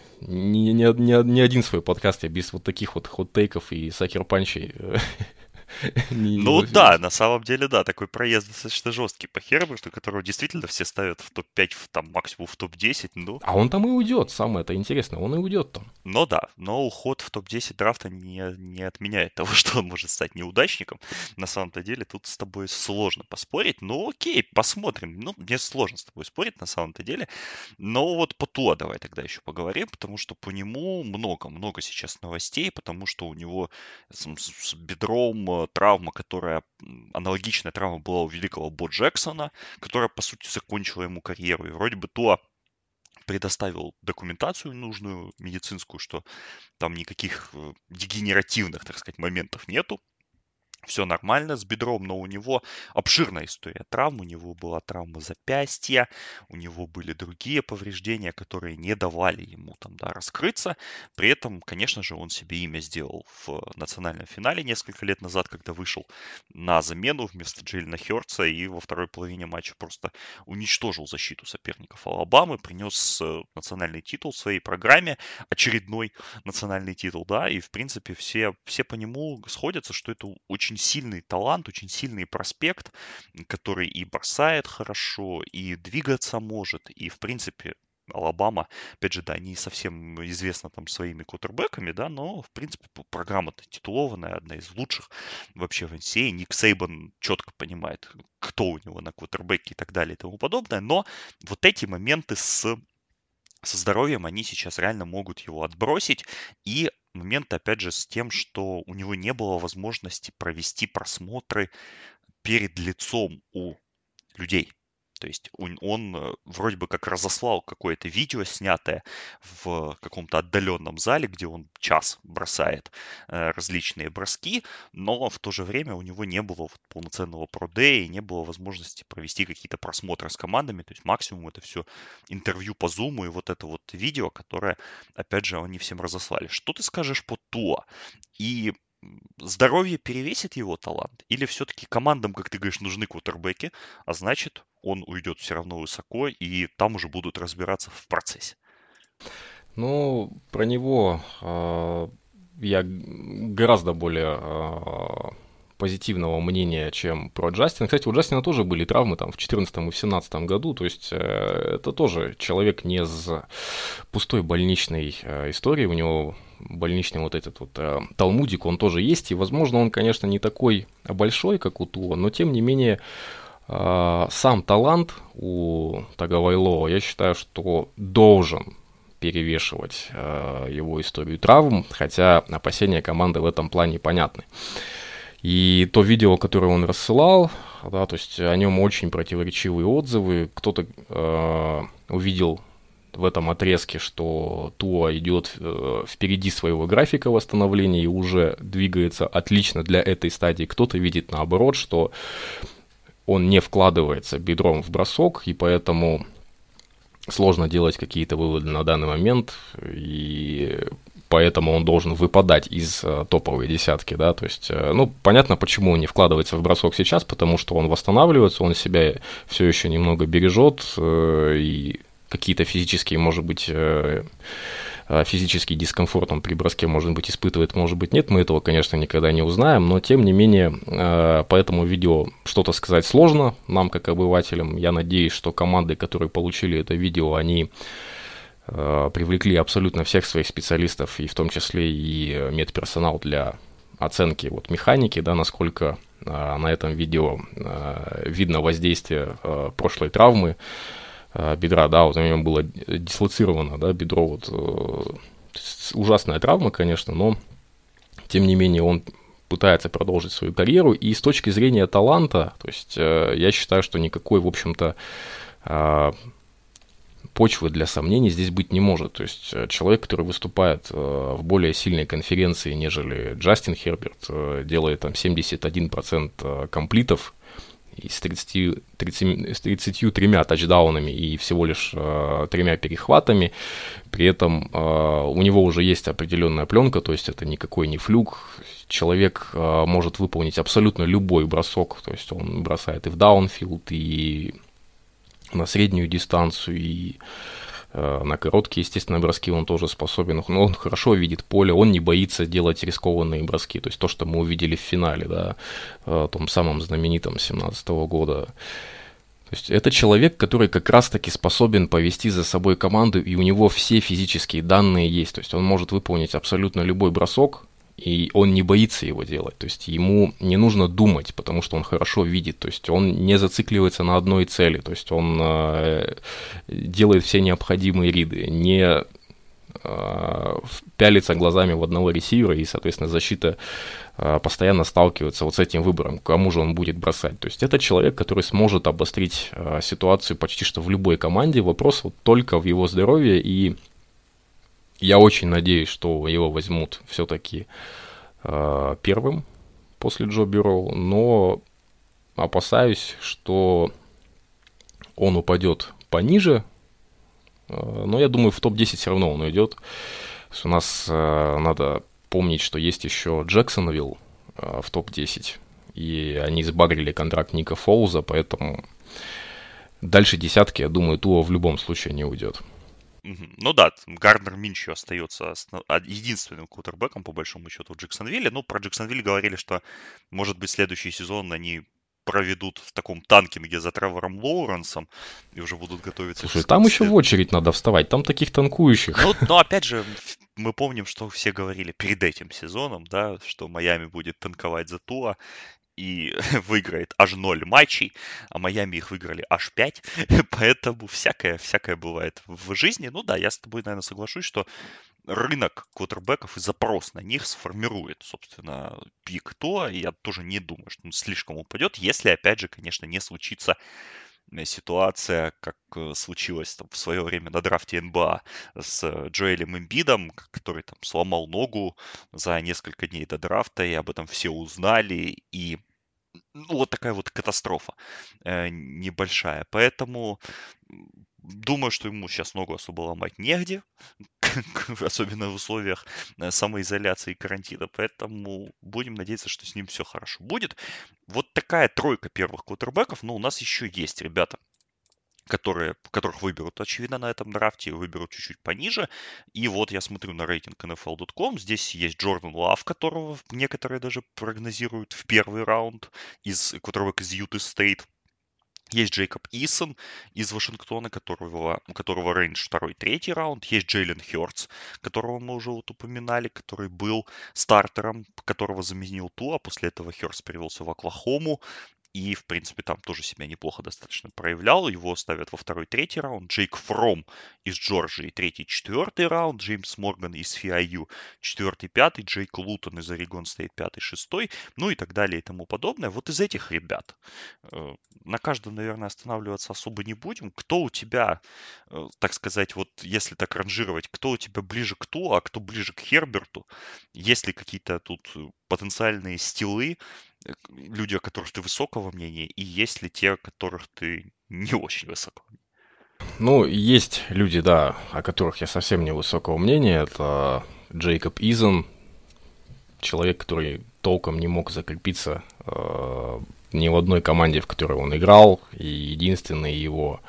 Ни, ни, ни, ни один свой подкаст я без вот таких вот хот-тейков и сакер-панчей Ну да, на самом деле, да, такой проезд достаточно жесткий по Херберту, которого действительно все ставят в топ пять, в, там максимум в топ десять, ну... А он там и уйдет, самое это интересное, он и уйдет там. Но да, но уход в топ десять драфта не, не отменяет того, что он может стать неудачником. На самом-то деле тут с тобой сложно поспорить. Ну окей, посмотрим. Ну, мне сложно с тобой спорить на самом-то деле. Но вот по Туа давай тогда еще поговорим, потому что по нему много-много сейчас новостей, потому что у него с, с бедром травма, которая аналогичная травма была у великого Бо Джексона, которая, по сути, закончила ему карьеру. И вроде бы Туа предоставил документацию нужную медицинскую, что там никаких дегенеративных, так сказать, моментов нету. Все нормально с бедром, но у него обширная история травм. У него была травма запястья, у него были другие повреждения, которые не давали ему там, да, раскрыться. При этом, конечно же, он себе имя сделал в национальном финале несколько лет назад, когда вышел на замену вместо Джейлена Хёртса и во второй половине матча просто уничтожил защиту соперников Алабамы, принес национальный титул в своей программе, очередной национальный титул, да, и, в принципе, все, все по нему сходятся, что это очень сильный талант, очень сильный проспект, который и бросает хорошо, и двигаться может, и, в принципе, Алабама, опять же, да, не совсем известна там своими квотербеками, да, но, в принципе, программа-то титулованная, одна из лучших вообще в эн си эй эй. Ник Сейбан четко понимает, кто у него на квотербеке и так далее и тому подобное, но вот эти моменты с со здоровьем, они сейчас реально могут его отбросить. И момент, опять же, с тем, что у него не было возможности провести просмотры перед лицом у людей. То есть он, он вроде бы как разослал какое-то видео, снятое в каком-то отдаленном зале, где он час бросает э, различные броски, но в то же время у него не было вот полноценного про-дэя и не было возможности провести какие-то просмотры с командами. То есть максимум это все интервью по зуму и вот это вот видео, которое, опять же, они всем разослали. Что ты скажешь по Туа? И здоровье перевесит его талант? Или все-таки командам, как ты говоришь, нужны квотербеки, а значит, он уйдет все равно высоко, и там уже будут разбираться в процессе? Ну, про него э, я гораздо более э, позитивного мнения, чем про Джастина. Кстати, у Джастина тоже были травмы там в две тысячи четырнадцатом и две тысячи семнадцатом году, то есть э, это тоже человек не с пустой больничной э, историей, у него больничный вот этот вот э, талмудик, он тоже есть, и, возможно, он, конечно, не такой большой, как у Туа, но, тем не менее, э, сам талант у Таговайлоо, я считаю, что должен перевешивать э, его историю травм, хотя опасения команды в этом плане понятны. И то видео, которое он рассылал, да, то есть о нем очень противоречивые отзывы, кто-то э, увидел в этом отрезке, что Туа идет э, впереди своего графика восстановления и уже двигается отлично для этой стадии. Кто-то видит наоборот, что он не вкладывается бедром в бросок, и поэтому сложно делать какие-то выводы на данный момент, и поэтому он должен выпадать из э, топовой десятки, да, то есть, э, ну, понятно, почему он не вкладывается в бросок сейчас, потому что он восстанавливается, он себя все еще немного бережет, э, и какие-то физические, может быть, физический дискомфорт он при броске, может быть, испытывает, может быть, нет. Мы этого, конечно, никогда не узнаем, но, тем не менее, по этому видео что-то сказать сложно нам, как обывателям. Я надеюсь, что команды, которые получили это видео, они привлекли абсолютно всех своих специалистов, и в том числе и медперсонал для оценки вот механики, да, насколько на этом видео видно воздействие прошлой травмы бедра, да, вот у него было дислоцировано, да, бедро, вот, э, ужасная травма, конечно, но, тем не менее, он пытается продолжить свою карьеру, и с точки зрения таланта, то есть, э, я считаю, что никакой, в общем-то, э, почвы для сомнений здесь быть не может, то есть, человек, который выступает э, в более сильной конференции, нежели Джастин Херберт, э, делает там семьдесят один процент комплитов, и с, тридцатью, тридцатью, с тридцатью тремя тачдаунами и всего лишь э, тремя перехватами. При этом э, у него уже есть определенная пленка, то есть это никакой не флюк. Человек э, может выполнить абсолютно любой бросок, то есть он бросает и в даунфилд, и на среднюю дистанцию, и На короткие, естественно, броски он тоже способен, но он хорошо видит поле, он не боится делать рискованные броски. То есть то, что мы увидели в финале, да, в том самом знаменитом семнадцатого года. То есть это человек, который как раз-таки способен повести за собой команду, и у него все физические данные есть. То есть он может выполнить абсолютно любой бросок, и он не боится его делать. То есть ему не нужно думать, потому что он хорошо видит. То есть он не зацикливается на одной цели. То есть он э, делает все необходимые риды, не э, пялится глазами в одного ресивера, и, соответственно, защита э, постоянно сталкивается вот с этим выбором, кому же он будет бросать. То есть это человек, который сможет обострить э, ситуацию почти что в любой команде. Вопрос вот только в его здоровье, и я очень надеюсь, что его возьмут все-таки э, первым после Джо Бюроу, но опасаюсь, что он упадет пониже, э, но я думаю, в топ десять все равно он уйдет. У нас э, надо помнить, что есть еще Джексонвилл э, в топ десять, и они сбагрили контракт Ника Фолза, поэтому дальше десятки, я думаю, Туа в любом случае не уйдет. Ну да, Гарднер Миншью остается основ... единственным квотербеком, по большому счету, в Джексонвилле. Ну, про Джексонвилл говорили, что, может быть, следующий сезон они проведут в таком танкинге за Тревором Лоуренсом и уже будут готовиться... Слушай, там еще в очередь надо вставать, там таких танкующих. Ну, но опять же, мы помним, что все говорили перед этим сезоном, да, что Майами будет танковать за Туа и выиграет аж ноль матчей, а Майами их выиграли аж пять, поэтому всякое, всякое бывает в жизни. Ну да, я с тобой, наверное, соглашусь, что рынок квотербеков и запрос на них сформирует, собственно, пик Туа, и я тоже не думаю, что он слишком упадет, если, опять же, конечно, не случится ситуация, как случилось там в свое время на драфте эн бэ а с Джоэлем Эмбидом, который там сломал ногу за несколько дней до драфта, и об этом все узнали, и ну, вот такая вот катастрофа э, небольшая. Поэтому думаю, что ему сейчас ногу особо ломать негде, особенно в условиях самоизоляции и карантина. Поэтому будем надеяться, что с ним все хорошо будет. Вот такая тройка первых квотербеков. Но у нас еще есть ребята, которые, которых выберут, очевидно, на этом драфте, выберут чуть-чуть пониже. И вот я смотрю на рейтинг эн эф эл точка ком. Здесь есть Джордан Лав, которого некоторые даже прогнозируют в первый раунд, из квотербек из Юты Стейт. Есть Джейкоб Исон из Вашингтона, которого, у которого рейндж второй-третий раунд. Есть Джейлен Хёртс, которого мы уже вот упоминали, который был стартером, которого заменил Туа. После этого Хёртс перевелся в Оклахому. И, в принципе, там тоже себя неплохо достаточно проявлял. Его ставят во второй-третий раунд. Джейк Фром из Джорджии третий-четвертый раунд. Джеймс Морган из эф ай ю четвертый-пятый. Джейк Лутон из Орегон Стейт пятый-шестой. Ну и так далее и тому подобное. Вот из этих ребят э, на каждом, наверное, останавливаться особо не будем. Кто у тебя, э, так сказать, вот если так ранжировать, кто у тебя ближе к Туа, а кто ближе к Херберту? Есть ли какие-то тут потенциальные стилы, люди, о которых ты высокого мнения, и есть ли те, о которых ты не очень высокого мнения? Ну, есть люди, да, о которых я совсем не высокого мнения. Это Джейкоб Изон, человек, который толком не мог закрепиться э, ни в одной команде, в которой он играл, и единственный его,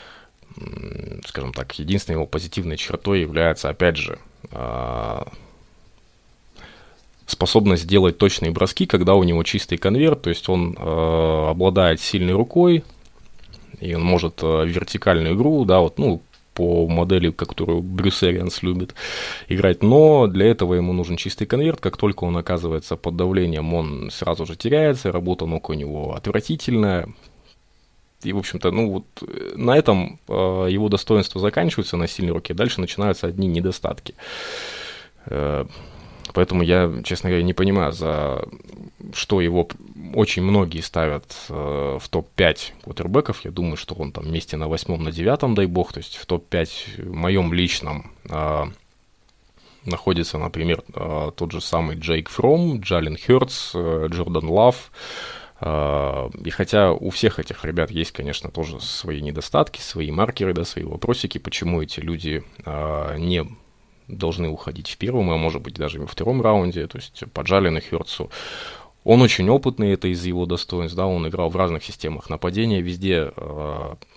скажем так, единственной его позитивной чертой является, опять же, э, способность делать точные броски, когда у него чистый конверт, то есть он э, обладает сильной рукой, и он может э, вертикальную игру, да, вот, ну, по модели, которую Брюс Эрианс любит играть, но для этого ему нужен чистый конверт. Как только он оказывается под давлением, он сразу же теряется, работа ног у него отвратительная. И, в общем-то, ну вот на этом э, его достоинства заканчиваются на сильной руке, дальше начинаются одни недостатки. Э, Поэтому я, честно говоря, не понимаю, за что его очень многие ставят э, в топ пять квотербеков. Я думаю, что он там вместе на восьмом, на девятом, дай бог. То есть в топ пять в моем личном э, находится, например, э, тот же самый Джейк Фром, Джален Хёртс, э, Джордан Лав. Э, и хотя у всех этих ребят есть, конечно, тоже свои недостатки, свои маркеры, да, свои вопросики, почему эти люди э, не должны уходить в первом, а может быть даже во втором раунде, то есть по Джалену Хёртсу. Он очень опытный, это из его достоинств, да, он играл в разных системах нападения, везде э,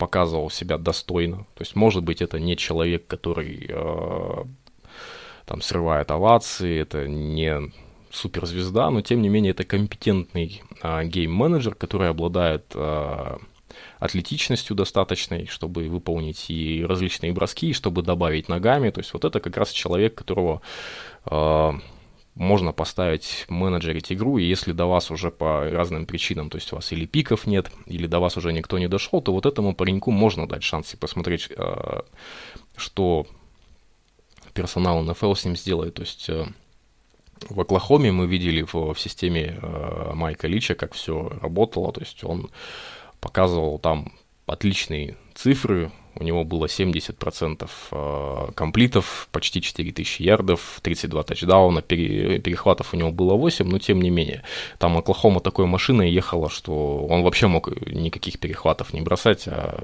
показывал себя достойно. То есть, может быть, это не человек, который э, там срывает овации, это не суперзвезда, но тем не менее это компетентный э, гейм-менеджер, который обладает э, атлетичностью достаточной, чтобы выполнить и различные броски, и чтобы добавить ногами. То есть вот это как раз человек, которого э, можно поставить менеджерить игру, и если до вас уже по разным причинам, то есть у вас или пиков нет, или до вас уже никто не дошел, то вот этому пареньку можно дать шанс и посмотреть, э, что персонал эн эф эл с ним сделает. То есть э, в Оклахоме мы видели в, в системе э, Майка Лича, как все работало, то есть он показывал там отличные цифры, у него было семьдесят процентов комплитов, почти четыре тысячи ярдов, тридцать два тачдауна, перехватов у него было восемь, но тем не менее. Там Оклахома такой машиной ехала, что он вообще мог никаких перехватов не бросать, а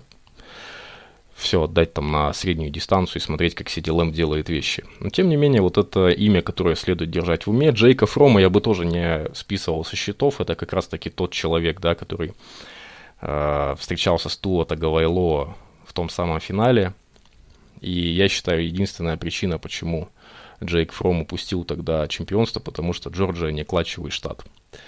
все отдать там на среднюю дистанцию и смотреть, как Сиди Лэмп делает вещи. Но тем не менее, вот это имя, которое следует держать в уме, Джейка Фрома я бы тоже не списывал со счетов, это как раз-таки тот человек, да, который э, встречался с Туа Таговайлоа в том самом финале, и я считаю, единственная причина, почему Джейк Фром упустил тогда чемпионство, потому что Джорджия не клатчевый штат.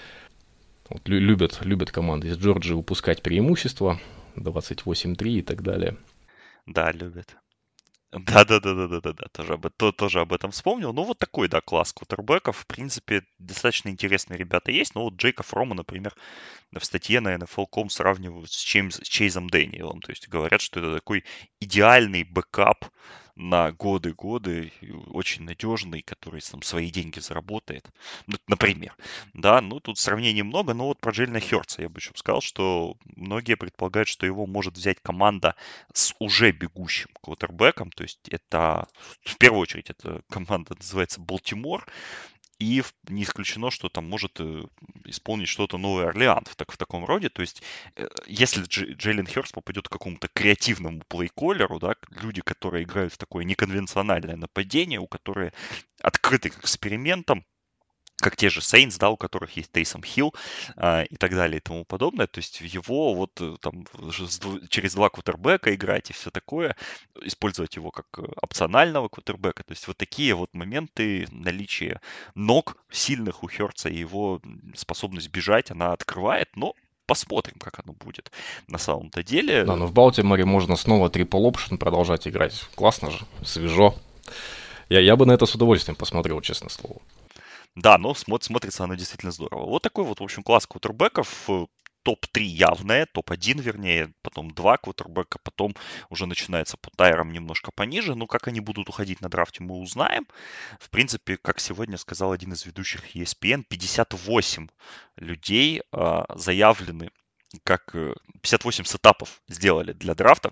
Вот любят, любят команды из Джорджии упускать преимущество, двадцать восемь три и так далее. Да, любят. Да-да-да-да-да-да, тоже об, то, тоже об этом вспомнил. Ну, вот такой, да, класс квотербеков. В принципе, достаточно интересные ребята есть. Ну, вот Джейка Фрома, например, в статье на эн эф эл точка ком сравнивают с, Чеймс, с Чейзом Дэниелом. То есть говорят, что это такой идеальный бэкап на годы-годы, очень надежный, который там свои деньги заработает, ну, например. Да, ну тут сравнений много, но вот про Джейлена Хёртса я бы еще сказал, что многие предполагают, что его может взять команда с уже бегущим квотербеком, то есть это, в первую очередь, эта команда называется Балтимор, и не исключено, что там может исполнить что-то Новый Орлеан в, так, в таком роде. То есть, если Дж, Джейлен Хёрст попадет к какому-то креативному плей-коллеру, да, люди, которые играют в такое неконвенциональное нападение, у которых открыты к экспериментам, как те же Сейнс, да, у которых есть Тейсом Хилл а, и так далее и тому подобное. То есть его вот там через два квотербека играть и все такое, использовать его как опционального квотербека. То есть вот такие вот моменты наличия ног сильных у Хёртса и его способность бежать, она открывает, но посмотрим, как оно будет на самом-то деле. Да, но в Балтиморе можно снова трипл опшн продолжать играть. Классно же, свежо. Я, я бы на это с удовольствием посмотрел, честное слово. Да, но смотрится оно действительно здорово. Вот такой вот, в общем, класс квотербеков. топ три явное, топ один, вернее, потом два квотербека, потом уже начинается по тайрам немножко пониже. Но как они будут уходить на драфте, мы узнаем. В принципе, как сегодня сказал один из ведущих и эс пи эн, пятьдесят восемь людей а, заявлены, как пятьдесят восемь сетапов сделали для драфта,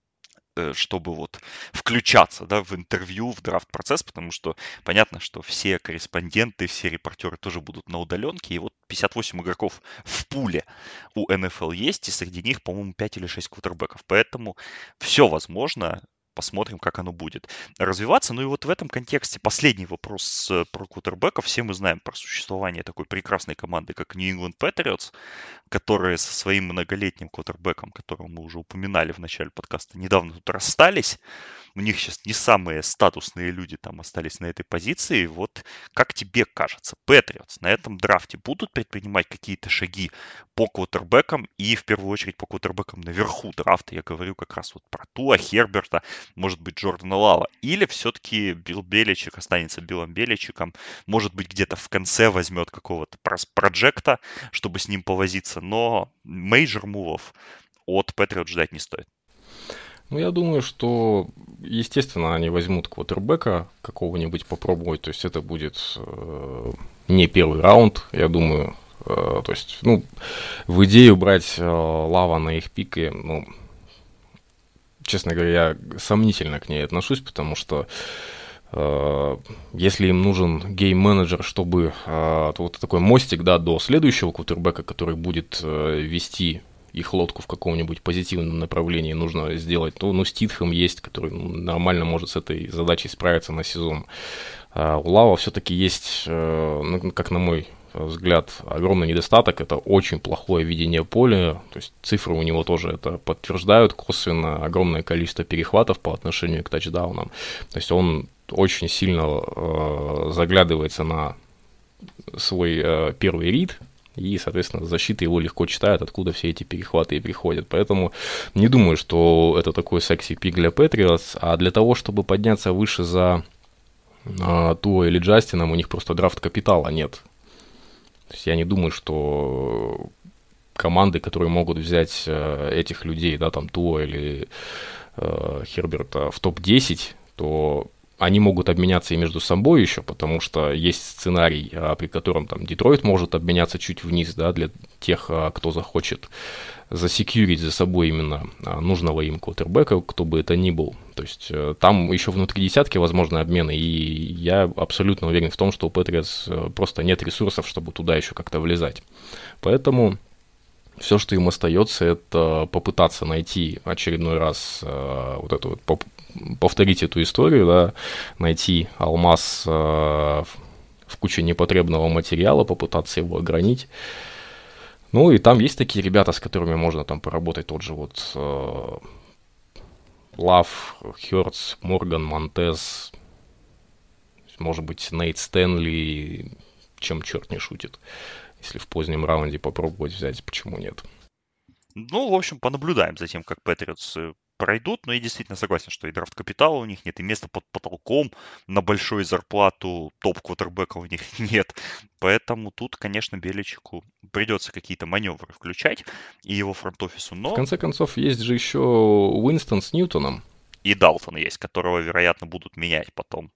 чтобы вот включаться, да, в интервью, в драфт-процесс, потому что понятно, что все корреспонденты, все репортеры тоже будут на удаленке, и вот пятьдесят восемь игроков в пуле у эн эф эл есть, и среди них, по-моему, пять или шесть квотербеков, поэтому все возможно. Посмотрим, как оно будет развиваться. Ну и вот в этом контексте последний вопрос про квотербеков. Все мы знаем про существование такой прекрасной команды, как New England Patriots, которые со своим многолетним квотербеком, которого мы уже упоминали в начале подкаста, недавно тут расстались. У них сейчас не самые статусные люди там остались на этой позиции. Вот как тебе кажется, Patriots на этом драфте будут предпринимать какие-то шаги по квотербекам и в первую очередь по квотербекам наверху драфта? Я говорю как раз вот про Туа, Херберта, может быть, Джордана Лава. Или все-таки Билл Беличек останется Биллом Беличеком. Может быть, где-то в конце возьмет какого-то проджекта, чтобы с ним повозиться. Но мейджор мувов от Patriots ждать не стоит. Ну, я думаю, что, естественно, они возьмут квотербека какого-нибудь попробовать. То есть это будет э, не первый раунд, я думаю. Э, то есть, ну, в идею брать э, Лава на их пике, ну, честно говоря, я сомнительно к ней отношусь, потому что э, если им нужен гейм-менеджер, чтобы э, вот такой мостик, да, до следующего квотербека, который будет э, вести их лодку в каком-нибудь позитивном направлении, нужно сделать, то, ну, Стидхэм есть, который ну, нормально может с этой задачей справиться на сезон. А у Лава все-таки есть, э, ну, как на мой взгляд, огромный недостаток – это очень плохое видение поля, то есть цифры у него тоже это подтверждают косвенно, огромное количество перехватов по отношению к тачдаунам, то есть он очень сильно э, заглядывается на свой э, первый рид, и, соответственно, защита его легко читает, откуда все эти перехваты и приходят. Поэтому не думаю, что это такой секси-пик для Патриотс, а для того, чтобы подняться выше за э, Туа или Джастином, у них просто драфт капитала нет. То есть я не думаю, что команды, которые могут взять э, этих людей, да, там Туа или э, Херберта в топ десять, то они могут обменяться и между собой еще, потому что есть сценарий, при котором там Детройт может обменяться чуть вниз, да, для тех, кто захочет засекьюрить за собой именно нужного им квотербека, кто бы это ни был. То есть там еще внутри десятки возможны обмены, и я абсолютно уверен в том, что у Патриотс просто нет ресурсов, чтобы туда еще как-то влезать. Поэтому все, что им остается, это попытаться найти очередной раз вот эту вот повторить эту историю, да, найти алмаз э, в куче непотребного материала, попытаться его огранить. Ну и там есть такие ребята, с которыми можно там поработать, тот же вот э, Лав, Хёртс, Морган, Монтез, может быть, Нейт Стэнли, чем черт не шутит. Если в позднем раунде попробовать взять, почему нет? Ну, в общем, понаблюдаем за тем, как Патриотс пройдут, но я действительно согласен, что и драфт капитала у них нет, и места под потолком на большую зарплату топ-квотербека у них нет. Поэтому тут, конечно, Беличику придется какие-то маневры включать и его фронт-офису, но... В конце концов, есть же еще Уинстон с Ньютоном. И Далтон есть, которого, вероятно, будут менять потом,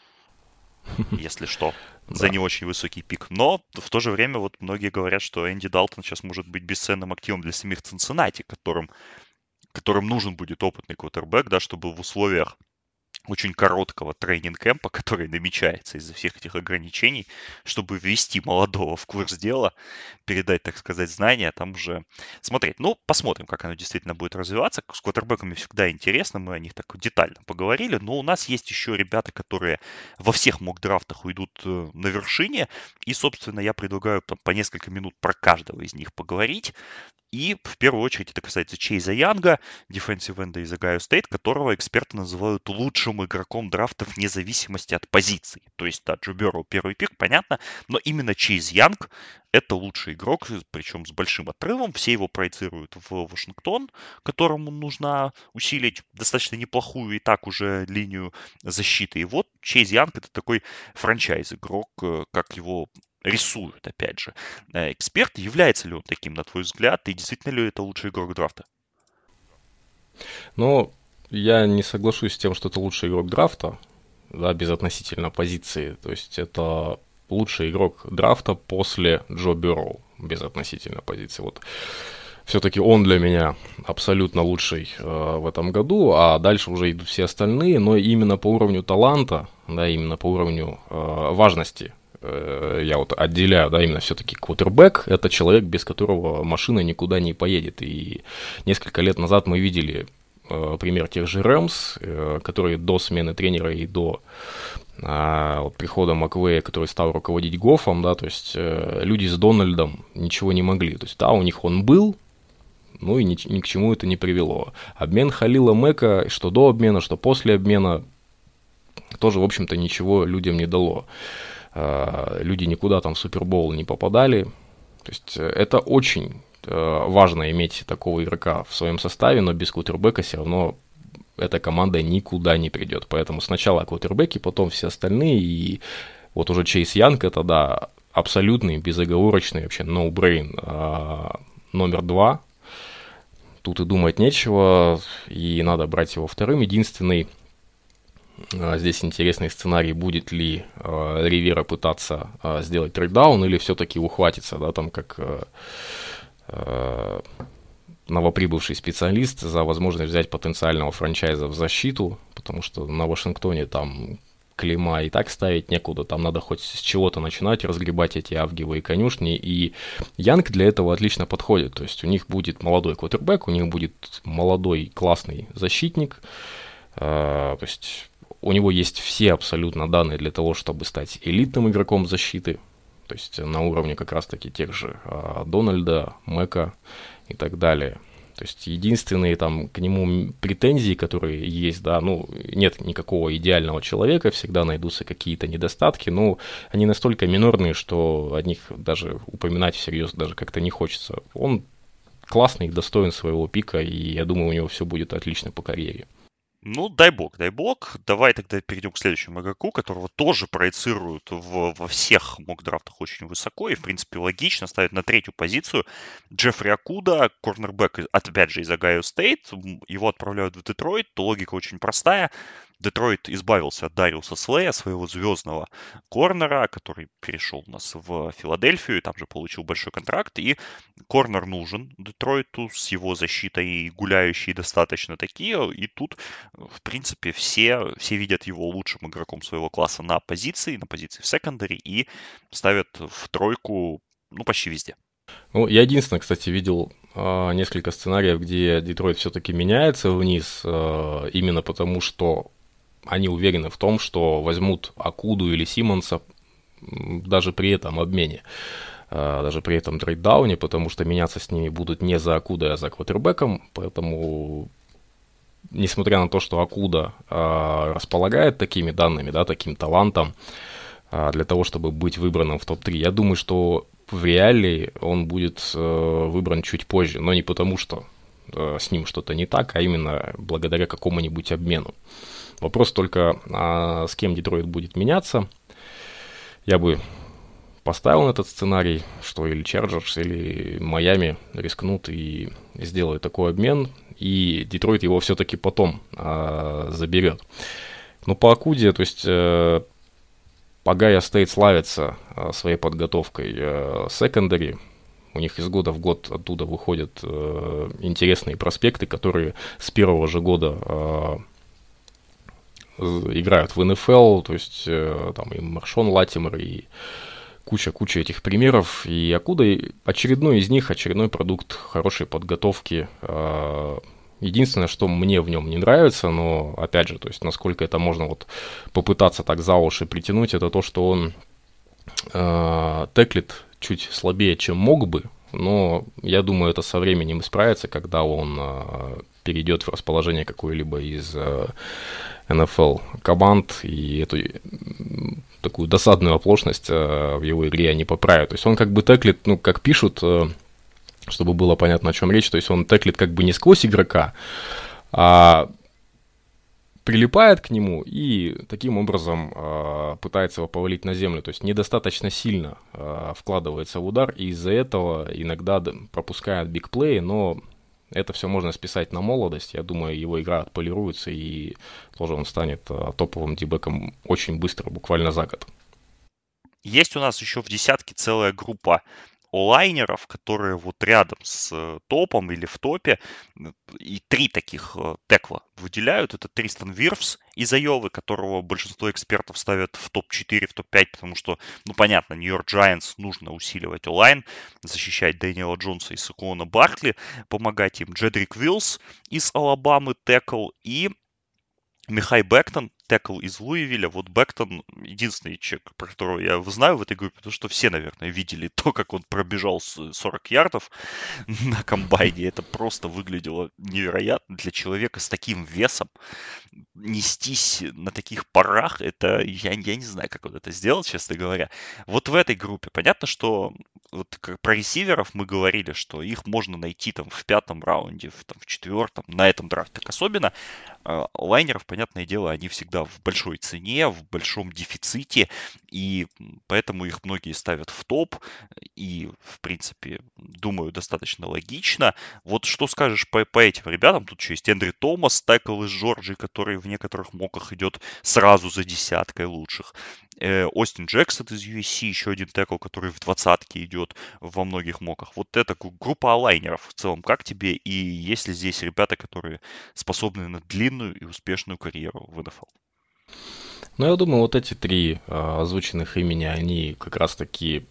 если что, за не очень высокий пик. Но в то же время вот многие говорят, что Энди Далтон сейчас может быть бесценным активом для самих Цинциннати, которым которым нужен будет опытный квотербек, да, чтобы в условиях очень короткого тренинг-кэмпа, который намечается из-за всех этих ограничений, чтобы ввести молодого в курс дела, передать, так сказать, знания, там уже смотреть. Ну, посмотрим, как оно действительно будет развиваться. С квотербеками всегда интересно, мы о них так детально поговорили, но у нас есть еще ребята, которые во всех мок-драфтах уйдут на вершине, и, собственно, я предлагаю там по несколько минут про каждого из них поговорить. И в первую очередь это касается Чейза Янга, дефенсив энда из Огайо Стейт, которого эксперты называют лучшим игроком драфта вне зависимости от позиций. То есть, да, Джо Бёрроу первый пик, понятно, но именно Чейз Янг это лучший игрок, причем с большим отрывом. Все его проецируют в Вашингтон, которому нужно усилить достаточно неплохую и так уже линию защиты. И вот Чейз Янг это такой франчайз-игрок, как его рисуют, опять же, эксперт. Является ли он таким, на твой взгляд, и действительно ли это лучший игрок драфта? Ну, я не соглашусь с тем, что это лучший игрок драфта, да, безотносительно позиции. То есть это лучший игрок драфта после Джо Бёрроу, безотносительно позиции. Вот все-таки он для меня абсолютно лучший э, в этом году, а дальше уже идут все остальные, но именно по уровню таланта, да, именно по уровню э, важности я вот отделяю, да, именно все-таки квотербек – это человек, без которого машина никуда не поедет. И несколько лет назад мы видели э, пример тех же Рэмс, э, которые до смены тренера и до э, вот, прихода Маквея, который стал руководить Гоффом, да, то есть э, люди с Дональдом ничего не могли. То есть, да, у них он был, ну и ни, ни к чему это не привело. Обмен Халила Мэка, что до обмена, что после обмена, тоже, в общем-то, ничего людям не дало. Люди никуда там в Супербоул не попадали. То есть это очень важно иметь такого игрока в своем составе, но без квотербека все равно эта команда никуда не придет. Поэтому сначала квотербеки, потом все остальные. И вот уже Чейз Янг это, да, абсолютный, безоговорочный, вообще no-brain номер два. Тут и думать нечего, и надо брать его вторым. Единственный здесь интересный сценарий, будет ли э, Ривера пытаться э, сделать трейддаун или все-таки ухватиться, да, там как э, э, новоприбывший специалист за возможность взять потенциального франчайза в защиту, потому что на Вашингтоне там клейма и так ставить некуда, там надо хоть с чего-то начинать, разгребать эти авгиевые конюшни, и Янг для этого отлично подходит, то есть у них будет молодой квотербек, у них будет молодой классный защитник, э, то есть у него есть все абсолютно данные для того, чтобы стать элитным игроком защиты. То есть на уровне как раз-таки тех же а, Дональда, Мэка и так далее. То есть единственные там к нему претензии, которые есть, да, ну, нет никакого идеального человека, всегда найдутся какие-то недостатки, но они настолько минорные, что о них даже упоминать всерьез даже как-то не хочется. Он классный, достоин своего пика, и я думаю, у него все будет отлично по карьере. Ну, дай бог, дай бог. Давай тогда перейдем к следующему игроку, которого тоже проецируют в, во всех мок-драфтах очень высоко и, в принципе, логично ставят на третью позицию. Джеффри Окуда, корнербэк, опять же, из Огайо Стейт. Его отправляют в Детройт. То логика очень простая. Детройт избавился от Дариуса Слея, своего звездного корнера, который перешел у нас в Филадельфию, и там же получил большой контракт. И корнер нужен Детройту с его защитой, гуляющие достаточно такие. И тут, в принципе, все, все видят его лучшим игроком своего класса на позиции, на позиции в секондаре и ставят в тройку, ну, почти везде. Ну, я единственное, кстати, видел э, несколько сценариев, где Детройт все-таки меняется вниз, э, именно потому что они уверены в том, что возьмут Окуду или Симмонса даже при этом обмене, э, даже при этом трейддауне, потому что меняться с ними будут не за Окудой, а за квотербеком, поэтому, несмотря на то, что Окуда э, располагает такими данными, да, таким талантом, э, для того, чтобы быть выбранным в топ три, я думаю, что в реале он будет э, выбран чуть позже, но не потому, что э, с ним что-то не так, а именно благодаря какому-нибудь обмену. Вопрос только, а с кем Детройт будет меняться. Я бы поставил на этот сценарий, что или Чарджерс, или Майами рискнут и сделают такой обмен, и Детройт его все-таки потом а, заберет. Но по Окуде, то есть э, Огайо Стейт славится а, своей подготовкой секондари. У них из года в год оттуда выходят э, интересные проспекты, которые с первого же года э, играют в эн эф эл, то есть э, там и Маршон Латимер, и куча-куча этих примеров. И Окуда очередной из них, очередной продукт хорошей подготовки. Э, единственное, что мне в нем не нравится, но опять же, то есть насколько это можно вот попытаться так за уши притянуть, это то, что он э, теклит чуть слабее, чем мог бы, но я думаю, это со временем исправится, когда он э, перейдет в расположение какой-либо из э, эн эф эл команд, и эту такую досадную оплошность э, в его игре они поправят. То есть он как бы теклит, ну, как пишут, э, чтобы было понятно, о чем речь, то есть он теклит как бы не сквозь игрока, а прилипает к нему и таким образом э, пытается его повалить на землю. То есть недостаточно сильно э, вкладывается в удар, и из-за этого иногда пропускает бигплей, но это все можно списать на молодость. Я думаю, его игра отполируется, и тоже он станет э, топовым дибэком очень быстро, буквально за год. Есть у нас еще в десятке целая группа олайнеров, которые вот рядом с топом или в топе, и три таких текла выделяют. Это Тристан Вирфс из Айовы, которого большинство экспертов ставят в топ четыре, в топ пять, потому что, ну, понятно, Нью-Йорк Джайантс нужно усиливать олайн, защищать Дэниела Джонса и Сакуона Баркли, помогать им. Джедрик Виллс из Алабамы, текл, и Михай Бектон, текл из Луивилля. Вот Бектон единственный человек, про которого я знаю в этой группе, потому что все, наверное, видели то, как он пробежал сорок ярдов на комбайне. Это просто выглядело невероятно для человека с таким весом. Нестись на таких парах, это я, я не знаю, как он это сделал, честно говоря. Вот в этой группе понятно, что вот как про ресиверов мы говорили, что их можно найти там в пятом раунде, в, там, в четвертом, на этом драфте так особенно. Лайнеров, понятное дело, они всегда в большой цене, в большом дефиците, и поэтому их многие ставят в топ, и, в принципе, думаю, достаточно логично. Вот что скажешь по, по этим ребятам? Тут еще есть Эндри Томас, текл из Джорджии, который в некоторых моках идет сразу за десяткой лучших. Э, Остин Джексон из ю эс си, еще один текл, который в двадцатке идет во многих моках. Вот это группа лайнеров в целом. Как тебе? И есть ли здесь ребята, которые способны на длинную и успешную карьеру в эн эф эл? Ну, я думаю, вот эти три э, озвученных имени, они как раз-таки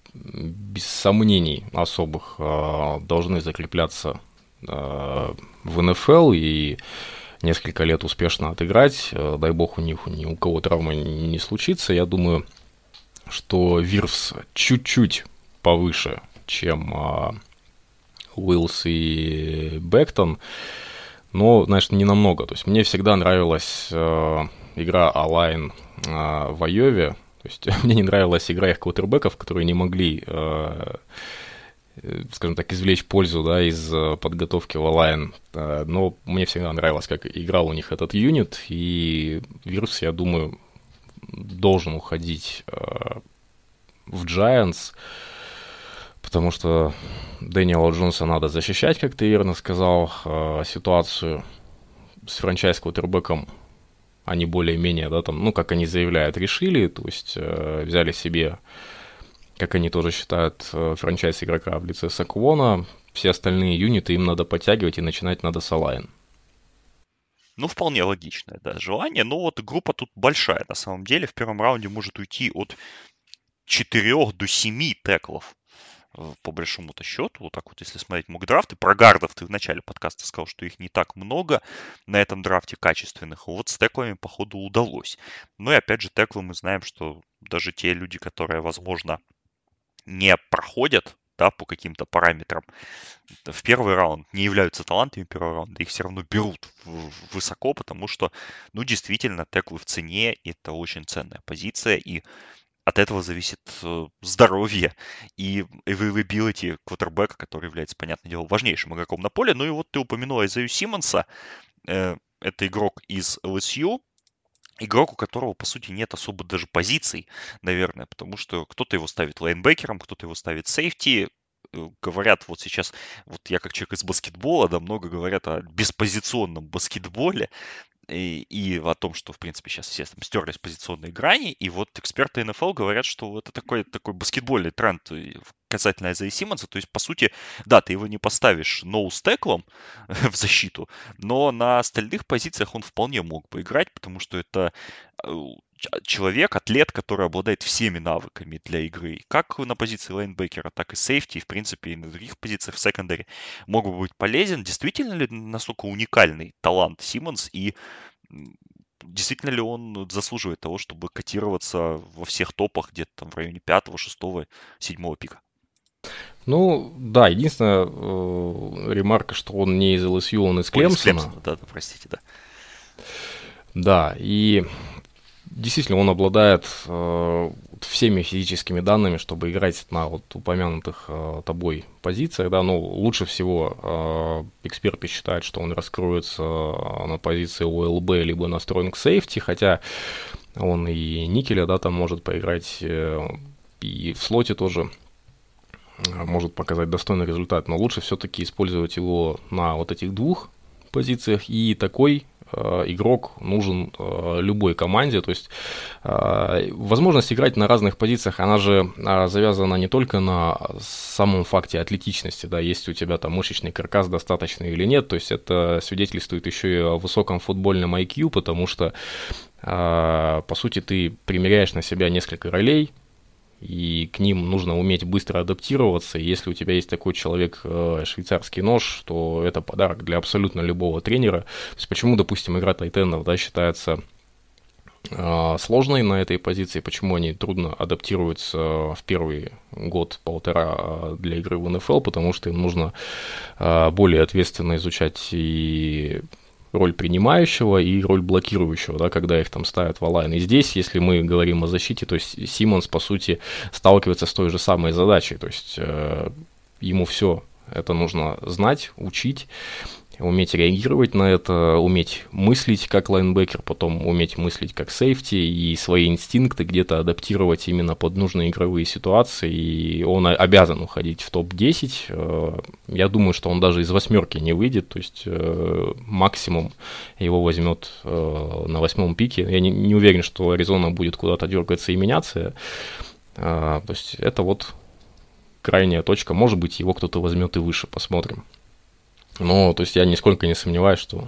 без сомнений особых э, должны закрепляться э, в эн эф эл и несколько лет успешно отыграть. Э, дай бог у них ни у кого травмы не случится. Я думаю, что Вирфс чуть-чуть повыше, чем а, Уиллс и Бэктон, но, знаешь, не намного. То есть мне всегда нравилась а, игра Алайн а, в Айове. То есть мне не нравилась игра их квотербеков, которые не могли, а, скажем так, извлечь пользу, да, из подготовки в Алайн. Но мне всегда нравилось, как играл у них этот юнит, и Вирфс, я думаю, должен уходить э, в Giants, потому что Дэниела Джонса надо защищать, как ты верно сказал. Э, ситуацию с франчайз-квотербеком они более-менее, да, там, ну, как они заявляют, решили, то есть э, взяли себе, как они тоже считают, э, франчайз-игрока в лице Саквона. Все остальные юниты им надо подтягивать, и начинать надо с Алайн. Ну, вполне логичное, да, желание. Но вот группа тут большая, на самом деле. В первом раунде может уйти от четырёх до семи теклов, по большому-то счету. Вот так вот, если смотреть мокдрафты. Про гардов ты в начале подкаста сказал, что их не так много на этом драфте качественных. Вот с теклами, походу, удалось. Ну и опять же, теклы мы знаем, что даже те люди, которые, возможно, не проходят, да, по каким-то параметрам в первый раунд, не являются талантами первого раунда, их все равно берут высоко, потому что, ну, действительно, теклы в цене, это очень ценная позиция, и от этого зависит э, здоровье и availability квотербека, который является, понятное дело, важнейшим игроком на поле. Ну и вот ты упомянул Айзею Симмонса, э, это игрок из эл эс ю, игрок, у которого, по сути, нет особо даже позиций, наверное, потому что кто-то его ставит лайнбекером, кто-то его ставит сейфти. Говорят вот сейчас, вот я как человек из баскетбола, да, много говорят о беспозиционном баскетболе и, и о том, что, в принципе, сейчас все там стерлись позиционные грани, и вот эксперты эн эф эл говорят, что это такой, такой баскетбольный тренд касательно Айзея Симмонса, то есть, по сути, да, ты его не поставишь ноу-стеклом в защиту, но на остальных позициях он вполне мог бы играть, потому что это человек, атлет, который обладает всеми навыками для игры, как на позиции лайнбекера, так и сейфти, и, в принципе, и на других позициях в секондаре мог бы быть полезен. Действительно ли настолько уникальный талант Симмонс, и действительно ли он заслуживает того, чтобы котироваться во всех топах где-то там в районе пятого, шестого, седьмого пика? Ну, да, единственная э, ремарка, что он не из эл эс ю, он из Клемсона. Клемсона, да, да, простите, да. Да, и действительно он обладает э, всеми физическими данными, чтобы играть на вот упомянутых э, тобой позициях. Да, ну, лучше всего э, эксперты считают, что он раскроется на позиции о эл би либо на строинг сейфти, хотя он и никеля, да, там может поиграть, э, и в слоте тоже может показать достойный результат, но лучше все-таки использовать его на вот этих двух позициях, и такой э, игрок нужен э, любой команде, то есть э, возможность играть на разных позициях, она же э, завязана не только на самом факте атлетичности, да, есть у тебя там мышечный каркас достаточный или нет, то есть это свидетельствует еще и о высоком футбольном ай кью, потому что э, по сути ты примеряешь на себя несколько ролей, и к ним нужно уметь быстро адаптироваться. И если у тебя есть такой человек, швейцарский нож, то это подарок для абсолютно любого тренера. То есть почему, допустим, игра тайтендов, да, считается э, сложной на этой позиции, почему они трудно адаптируются в первый год-полтора для игры в эн эф эл, потому что им нужно э, более ответственно изучать и роль принимающего и роль блокирующего, да, когда их там ставят в алайн. И здесь, если мы говорим о защите, то есть Симмонс, по сути, сталкивается с той же самой задачей, то есть э, ему все это нужно знать, учить, уметь реагировать на это, уметь мыслить как лайнбекер, потом уметь мыслить как сейфти и свои инстинкты где-то адаптировать именно под нужные игровые ситуации, и он обязан уходить в топ десять. Я думаю, что он даже из восьмерки не выйдет, то есть максимум его возьмет на восьмом пике. Я не, не уверен, что Аризона будет куда-то дергаться и меняться, то есть это вот крайняя точка, может быть, его кто-то возьмет и выше, посмотрим. Ну, то есть я нисколько не сомневаюсь, что...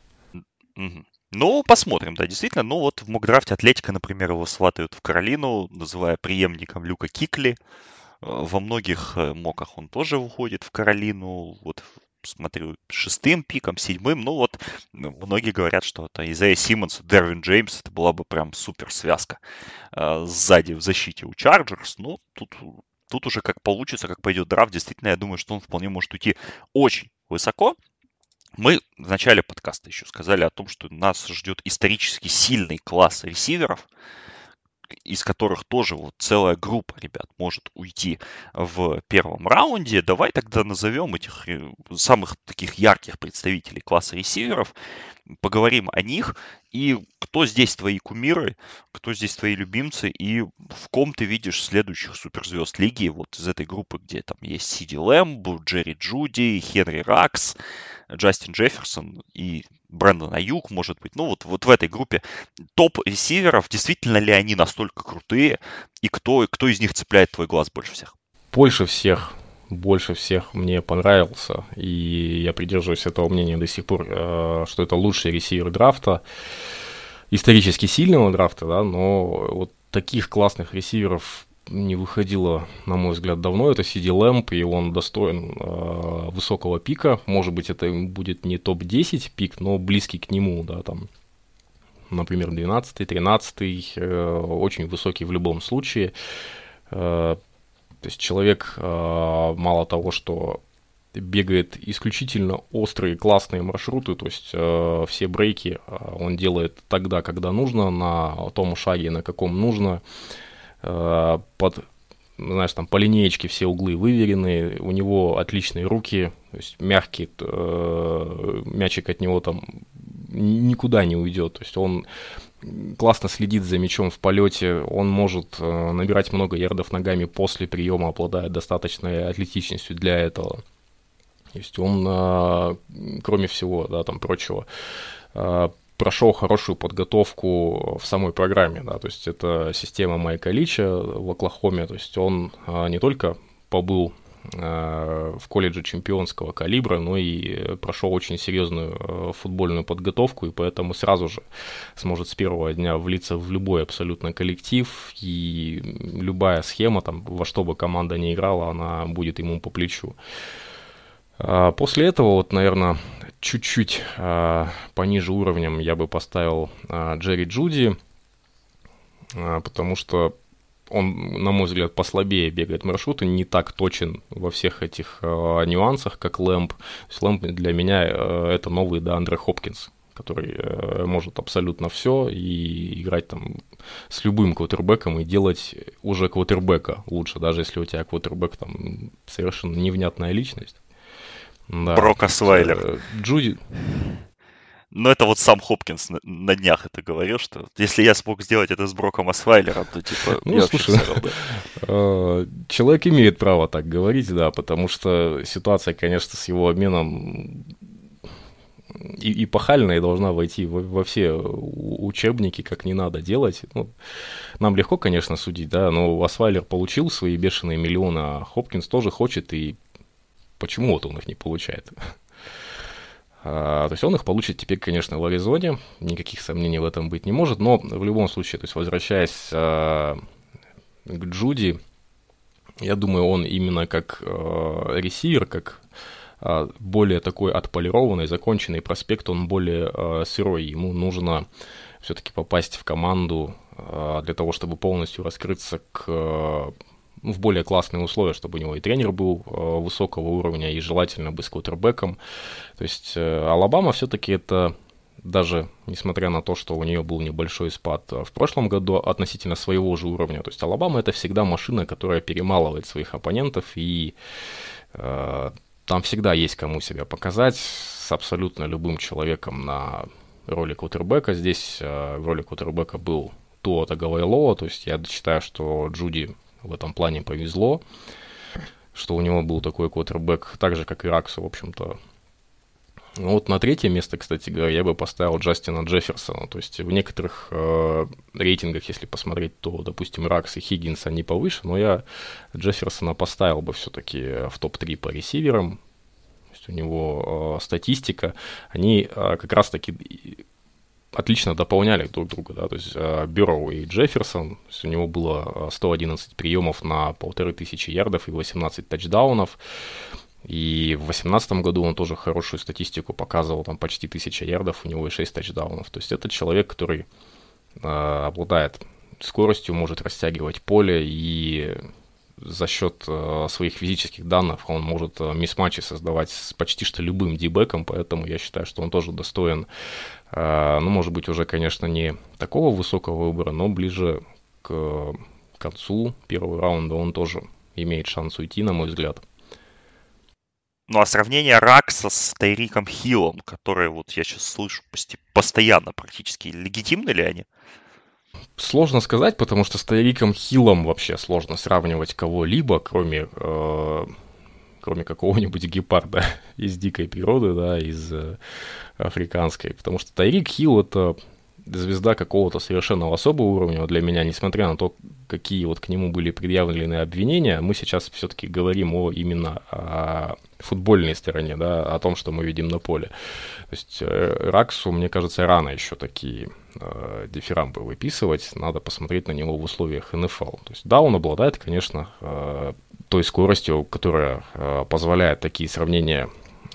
Ну, посмотрим, да, действительно. Ну, вот в мокдрафте Атлетика, например, его сватают в Каролину, называя преемником Люка Кикли. Во многих моках он тоже уходит в Каролину. Вот смотрю, шестым пиком, седьмым. Ну вот, многие говорят, что это Изайя Симмонс, Дервин Джеймс, это была бы прям супер связка э, сзади в защите у Чарджерс. Ну, тут, тут уже как получится, как пойдет драфт. Действительно, я думаю, что он вполне может уйти очень высоко. Мы в начале подкаста еще сказали о том, что нас ждет исторически сильный класс ресиверов, из которых тоже вот целая группа ребят может уйти в первом раунде. Давай тогда назовем этих самых таких ярких представителей класса ресиверов, поговорим о них, и кто здесь твои кумиры, кто здесь твои любимцы, и в ком ты видишь следующих суперзвезд лиги, вот из этой группы, где там есть Сиди Лэмб, Джерри Джуди, Хенри Ракс, Джастин Джефферсон и Брэндон Аюк, может быть. Ну, вот, вот в этой группе топ-ресиверов, действительно ли они настолько крутые, и кто, кто из них цепляет твой глаз больше всех? Больше всех, больше всех мне понравился, и я придерживаюсь этого мнения до сих пор, что это лучший ресивер драфта, исторически сильного драфта, да, но вот таких классных ресиверов не выходило, на мой взгляд, давно. Это Сиди Лэмб, и он достоин э, высокого пика. Может быть, это будет не топ десять пик, но близкий к нему, да, там, например, двенадцатый, тринадцатый, э, очень высокий в любом случае. Э, то есть человек э, мало того, что бегает исключительно острые, классные маршруты, то есть э, все брейки э, он делает тогда, когда нужно, на том шаге, на каком нужно. Под, знаешь, там по линеечке все углы выверены, у него отличные руки, то есть мягкий, э, мячик от него там никуда не уйдет, то есть он классно следит за мячом в полете, он может э, набирать много ярдов ногами после приема, обладает достаточной атлетичностью для этого. То есть он, э, кроме всего, да, там прочего, э, прошел хорошую подготовку в самой программе, да, то есть это система Майка Лича в Оклахоме, то есть он а, не только побыл а, в колледже чемпионского калибра, но и прошел очень серьезную а, футбольную подготовку, и поэтому сразу же сможет с первого дня влиться в любой абсолютно коллектив, и любая схема, там, во что бы команда ни играла, она будет ему по плечу. После этого, вот, наверное, чуть-чуть а, пониже уровнем я бы поставил а, Джерри Джуди, а, потому что он, на мой взгляд, послабее бегает маршруты, не так точен во всех этих а, нюансах, как Лэмб. То есть Лэмб для меня а, это новый Деандре Хопкинс, который а, может абсолютно все и играть там с любым квотербеком и делать уже квотербека лучше, даже если у тебя квотербек там совершенно невнятная личность. Да. Брок Освайлер. Джуди. Но это вот сам Хопкинс на, на днях это говорил, что если я смог сделать это с Броком Освайлером, то типа ну, я слушай, вообще все равно. Человек имеет право так говорить, да, потому что ситуация, конечно, с его обменом и, эпохальная и должна войти во, во все учебники, как не надо делать. Ну, нам легко, конечно, судить, да, но Освайлер получил свои бешеные миллионы, а Хопкинс тоже хочет, и почему вот он их не получает? А, то есть он их получит теперь, конечно, в Аризоне, никаких сомнений в этом быть не может, но в любом случае, то есть возвращаясь а, к Джуди, я думаю, он именно как а, ресивер, как а, более такой отполированный, законченный проспект, он более а, сырой, ему нужно все-таки попасть в команду а, для того, чтобы полностью раскрыться к... А, в более классные условия, чтобы у него и тренер был э, высокого уровня, и желательно бы с квотербеком. То есть э, Алабама все-таки это, даже несмотря на то, что у нее был небольшой спад в прошлом году относительно своего же уровня, то есть Алабама это всегда машина, которая перемалывает своих оппонентов, и э, там всегда есть кому себя показать с абсолютно любым человеком на роли квотербека. Здесь э, в роли квотербека был Туа Таговайлоа, то есть я считаю, что Джуди в этом плане повезло, что у него был такой квотербек, так же, как и Раксу, в общем-то. Ну, вот на третье место, кстати говоря, я бы поставил Джастина Джефферсона. То есть в некоторых э, рейтингах, если посмотреть, то, допустим, Ракс и Хиггинс, они повыше, но я Джефферсона поставил бы все-таки в топ три по ресиверам. То есть у него э, статистика, они э, как раз-таки... отлично дополняли друг друга, да, то есть Бюрроу и Джефферсон, то есть у него было сто одиннадцать приемов на полторы тысячи ярдов и восемнадцать тачдаунов, И в две тысячи восемнадцатом году он тоже хорошую статистику показывал, там почти тысяча ярдов, у него и шесть тачдаунов. То есть это человек, который э, обладает скоростью, может растягивать поле, и за счет э, своих физических данных он может э, мисс-матчи создавать с почти что любым дибэком, поэтому я считаю, что он тоже достоин, э, ну, может быть, уже, конечно, не такого высокого выбора, но ближе к концу первого раунда он тоже имеет шанс уйти, на мой взгляд. Ну, а сравнение Ракса с Тайриком Хиллом, которые вот я сейчас слышу постоянно практически, легитимны ли они? Сложно сказать, потому что с Тайриком Хиллом вообще сложно сравнивать кого-либо, кроме, э, кроме какого-нибудь гепарда из дикой природы, да, из э, африканской. Потому что Тайрик Хилл — это звезда какого-то совершенно особого уровня для меня, несмотря на то, какие вот к нему были предъявлены обвинения. Мы сейчас все-таки говорим о, именно о футбольной стороне, да, о том, что мы видим на поле. То есть Раксу, мне кажется, рано еще такие э, дифирамбы выписывать, надо посмотреть на него в условиях эн эф эл. То есть да, он обладает, конечно, э, той скоростью, которая э, позволяет такие сравнения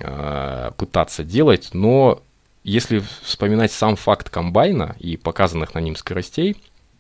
э, пытаться делать, но если вспоминать сам факт комбайна и показанных на ним скоростей,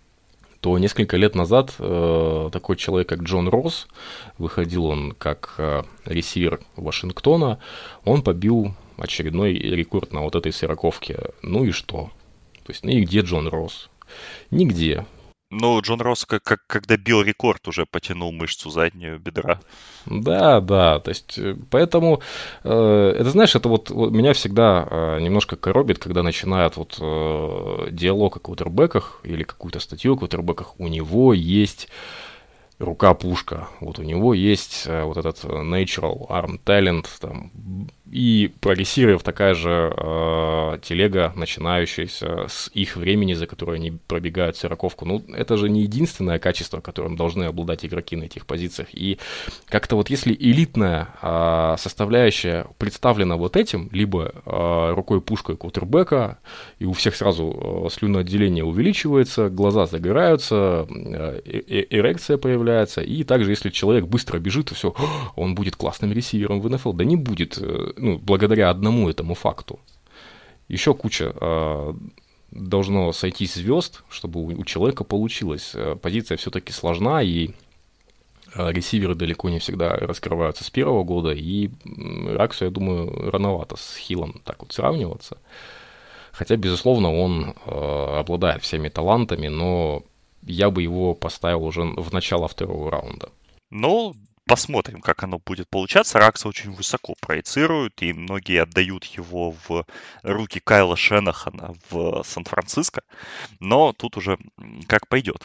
то несколько лет назад э, такой человек, как Джон Росс, выходил он как э, ресивер Вашингтона, он побил очередной рекорд на вот этой сороковке. Ну и что? То есть, ну и где Джон Росс? Нигде. Ну, Джон Росс, как, как, когда бил рекорд, уже потянул мышцу заднюю бедра. Да, да, то есть, поэтому, э, это, знаешь, это вот, вот меня всегда э, немножко коробит, когда начинают вот э, диалог о квотербеках или какую-то статью о квотербеках, у него есть рука-пушка, вот у него есть э, вот этот natural arm talent, там, и про ресиверов такая же э, телега, начинающаяся с их времени, за которое они пробегают сороковку. Ну, это же не единственное качество, которым должны обладать игроки на этих позициях. И как-то вот если элитная э, составляющая представлена вот этим, либо э, рукой-пушкой квотербека, и у всех сразу э, слюноотделение увеличивается, глаза загораются, э, э, эрекция появляется, и также если человек быстро бежит, то все, он будет классным ресивером в эн эф эл. Да не будет, э, ну, благодаря одному этому факту. Еще куча э, должно сойтись звезд, чтобы у, у человека получилось. Позиция все-таки сложна, и э, ресиверы далеко не всегда раскрываются с первого года, и Раксу, я думаю, рановато с Хиллом так вот сравниваться. Хотя, безусловно, он э, обладает всеми талантами, но я бы его поставил уже в начало второго раунда. Ну, посмотрим, как оно будет получаться. Ракса очень высоко проецируют, и многие отдают его в руки Кайла Шенахана в Сан-Франциско. Но тут уже как пойдет.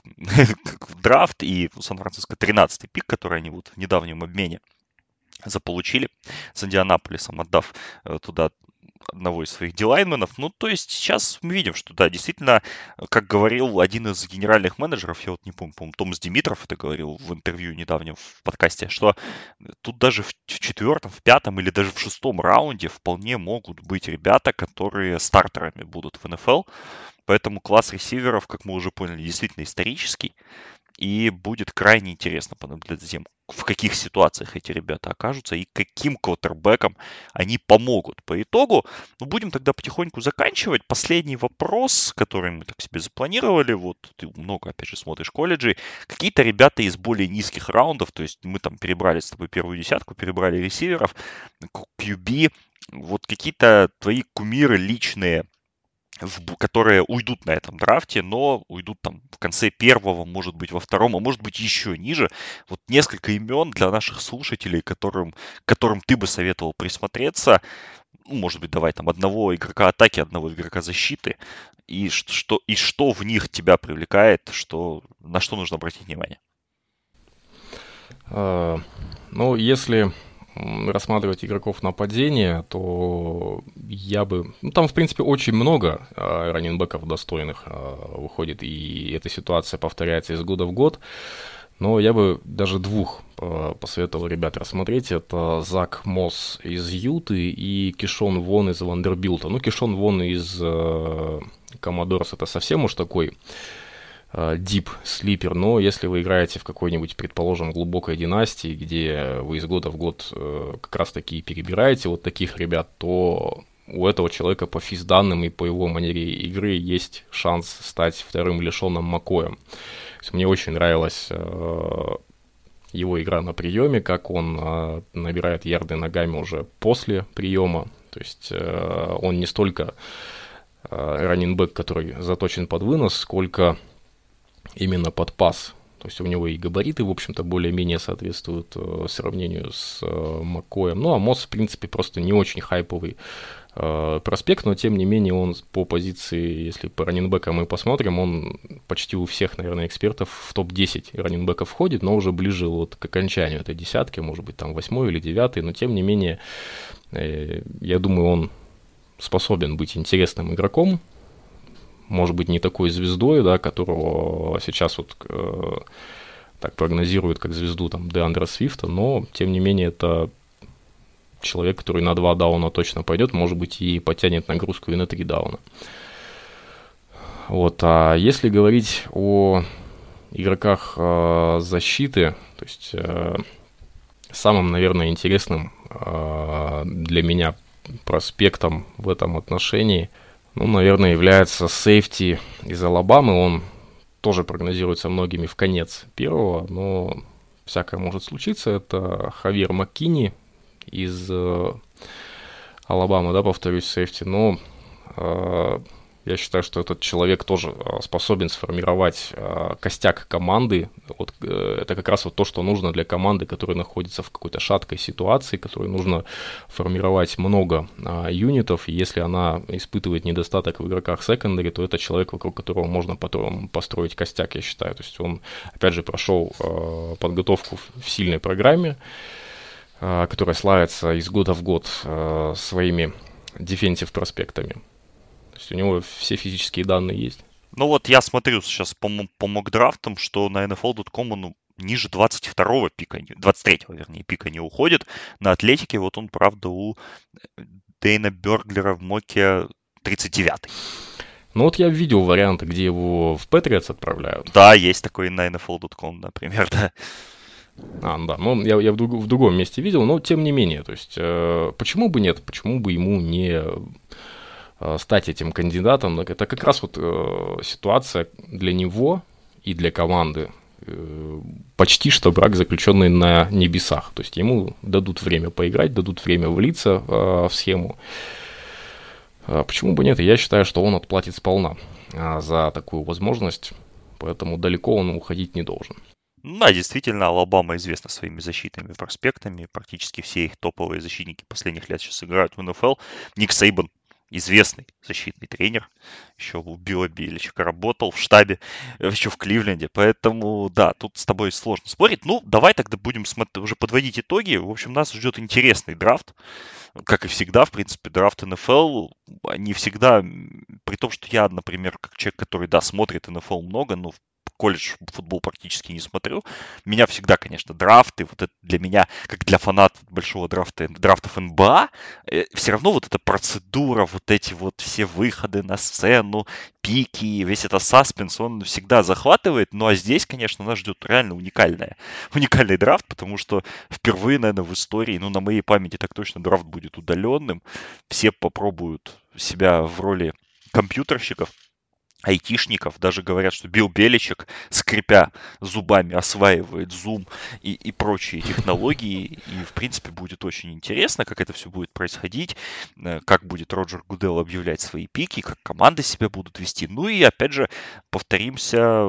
Драфт и Сан-Франциско тринадцатый пик, который они вот в недавнем обмене заполучили с Индианаполисом, отдав туда одного из своих дилайнменов. Ну, то есть сейчас мы видим, что да, действительно, как говорил один из генеральных менеджеров, я вот не помню, по-моему, Томас Димитров это говорил в интервью недавнем в подкасте, что тут даже в четвертом, в пятом или даже в шестом раунде вполне могут быть ребята, которые стартерами будут в эн эф эл. Поэтому класс ресиверов, как мы уже поняли, действительно исторический. И будет крайне интересно понаблюдать за тем, в каких ситуациях эти ребята окажутся и каким квотербекам они помогут. По итогу, ну, будем тогда потихоньку заканчивать. Последний вопрос, который мы так себе запланировали. Вот ты много, опять же, смотришь колледжи. Какие-то ребята из более низких раундов, то есть мы там перебрали с тобой первую десятку, перебрали ресиверов, кью би. Вот какие-то твои кумиры личные, в, которые уйдут на этом драфте, но уйдут там в конце первого, может быть, во втором, а может быть, еще ниже. Вот несколько имен для наших слушателей, которым, которым ты бы советовал присмотреться. Ну, может быть, давай там одного игрока атаки, одного игрока защиты. И что, и что в них тебя привлекает, что, на что нужно обратить внимание? Uh, ну, если рассматривать игроков нападения, то я бы... Ну, там, в принципе, очень много э, раннинбеков достойных э, выходит, и эта ситуация повторяется из года в год. Но я бы даже двух э, посоветовал ребят рассмотреть. Это Зак Мосс из Юты и Кишон Вон из Вандербилта. Ну, Кишон Вон из э, Коммодорс — это совсем уж такой deep sleeper, но если вы играете в какой-нибудь, предположим, глубокой династии, где вы из года в год как раз таки перебираете вот таких ребят, то у этого человека по физ-данным и по его манере игры есть шанс стать вторым лишенным Макоем. Мне очень нравилась его игра на приеме, как он набирает ярды ногами уже после приема. То есть он не столько раннинбэк, который заточен под вынос, сколько именно под пас. То есть у него и габариты, в общем-то, более-менее соответствуют э, сравнению с э, Маккоем. Ну, а Мосс, в принципе, просто не очень хайповый э, проспект, но, тем не менее, он по позиции, если по раннинбэкам мы посмотрим, он почти у всех, наверное, экспертов в топ десять раннинбэков входит, но уже ближе вот к окончанию этой десятки, может быть, там восьмой или девятый, но, тем не менее, э, я думаю, он способен быть интересным игроком. Может быть, не такой звездой, да, которого сейчас вот э, так прогнозируют как звезду там Деандра Свифта, но, тем не менее, это человек, который на два дауна точно пойдет, может быть, и потянет нагрузку и на три дауна. Вот, а если говорить о игроках э, защиты, то есть э, самым, наверное, интересным э, для меня проспектом в этом отношении, ну, наверное, является сейфти из Алабамы. Он тоже прогнозируется многими в конец первого, но всякое может случиться. Это Хавьер Маккини из э, Алабамы, да, повторюсь, сейфти. Но э, я считаю, что этот человек тоже способен сформировать э, костяк команды. Вот, э, это как раз вот то, что нужно для команды, которая находится в какой-то шаткой ситуации, которой нужно формировать много э, юнитов. И если она испытывает недостаток в игроках секондари, то это человек, вокруг которого можно потом построить костяк, я считаю. То есть он, опять же, прошел э, подготовку в сильной программе, э, которая славится из года в год э, своими дефенсив-проспектами. То есть у него все физические данные есть. Ну вот я смотрю сейчас по, по мокдрафтам, что на эн эф эл точка ком он ну, ниже двадцать второго пика, двадцать третьего, вернее, пика не уходит. На атлетике вот он, правда, у Дэйна Бёрглера в моке тридцать девятый. Ну вот я видел варианты, где его в Patriots отправляют. Да, есть такой на эн эф эл точка ком, например, да. А, да, ну я, я в, друг, в другом месте видел, но тем не менее, то есть э, почему бы нет, почему бы ему не стать этим кандидатом. Это как раз вот э, ситуация для него и для команды э, почти что брак, заключенный на небесах. То есть ему дадут время поиграть, дадут время влиться э, в схему. А почему бы нет? Я считаю, что он отплатит сполна э, за такую возможность, поэтому далеко он уходить не должен. Да, действительно, Алабама известна своими защитными проспектами. Практически все их топовые защитники последних лет сейчас играют в эн эф эл. Ник Сейбан, известный защитный тренер, еще у Билла Беличика работал в штабе, еще в Кливленде, поэтому, да, тут с тобой сложно спорить. Ну, давай тогда будем смотри, уже подводить итоги. В общем, нас ждет интересный драфт, как и всегда, в принципе, драфт эн эф эл, они всегда, при том, что я, например, как человек, который, да, смотрит эн эф эл много, но колледж футбол практически не смотрю. Меня всегда, конечно, драфты, вот это для меня, как для фанатов большого драфта, драфтов эн бэ а, э, все равно вот эта процедура, вот эти вот все выходы на сцену, пики, весь этот саспенс, он всегда захватывает. Ну, а здесь, конечно, нас ждет реально уникальная, уникальный драфт, потому что впервые, наверное, в истории, ну, на моей памяти так точно драфт будет удаленным. Все попробуют себя в роли компьютерщиков, айтишников. Даже говорят, что Билл Беличек, скрипя зубами, осваивает Zoom и, и прочие технологии. И, в принципе, будет очень интересно, как это все будет происходить, как будет Роджер Гудел объявлять свои пики, как команды себя будут вести. Ну и, опять же, повторимся,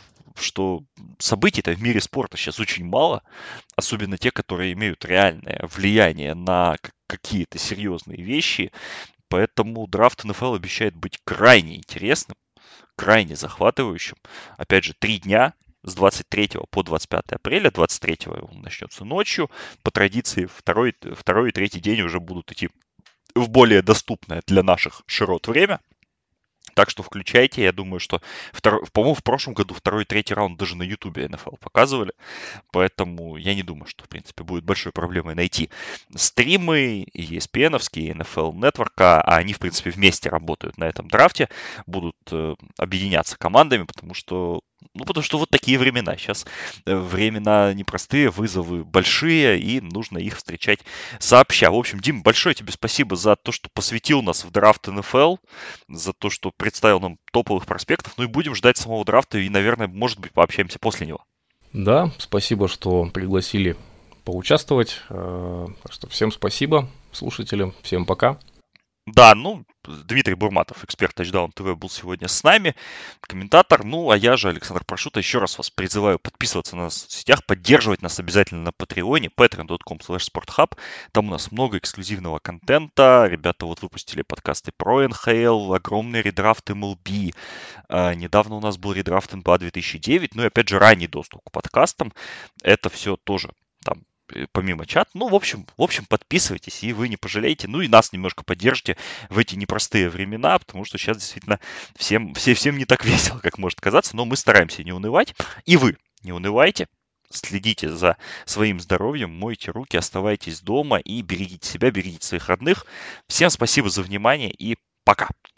что событий-то в мире спорта сейчас очень мало, особенно те, которые имеют реальное влияние на какие-то серьезные вещи. Поэтому драфт эн эф эл обещает быть крайне интересным, крайне захватывающим. Опять же, три дня с двадцать третьего по двадцать пятое апреля. двадцать третьего он начнется ночью. По традиции второй, второй и третий день уже будут идти в более доступное для наших широт время. Так что включайте. Я думаю, что, второй, по-моему, в прошлом году второй и третий раунд даже на Ютубе эн эф эл показывали. Поэтому я не думаю, что, в принципе, будет большой проблемой найти стримы и и эс пи эн-овские, и эн эф эл Network, а они, в принципе, вместе работают на этом драфте, будут э, объединяться командами, потому что Ну, потому что вот такие времена. Сейчас времена непростые, вызовы большие, и нужно их встречать сообща. В общем, Дим, большое тебе спасибо за то, что посвятил нас в драфт эн эф эл, за то, что представил нам топовых проспектов. Ну и будем ждать самого драфта, и, наверное, может быть, пообщаемся после него. Да, спасибо, что пригласили поучаствовать. Так что всем спасибо, слушателям, всем пока. Да, ну, Дмитрий Бурматов, эксперт Touchdown ти ви, был сегодня с нами, комментатор. Ну, а я же, Александр Прошута, еще раз вас призываю подписываться на нас в сетях, поддерживать нас обязательно на Патреоне, patreon dot com slash sporthub. Там у нас много эксклюзивного контента. Ребята вот выпустили подкасты про эн эйч эл, огромный редрафт эм эл би. А, недавно у нас был редрафт эн би эй две тысячи девять. Ну и опять же, ранний доступ к подкастам. Это все тоже там помимо чата. Ну, в общем, в общем, подписывайтесь, и вы не пожалеете. Ну, и нас немножко поддержите в эти непростые времена, потому что сейчас действительно всем, все, всем не так весело, как может казаться, но мы стараемся не унывать. И вы не унывайте, следите за своим здоровьем, мойте руки, оставайтесь дома и берегите себя, берегите своих родных. Всем спасибо за внимание и пока!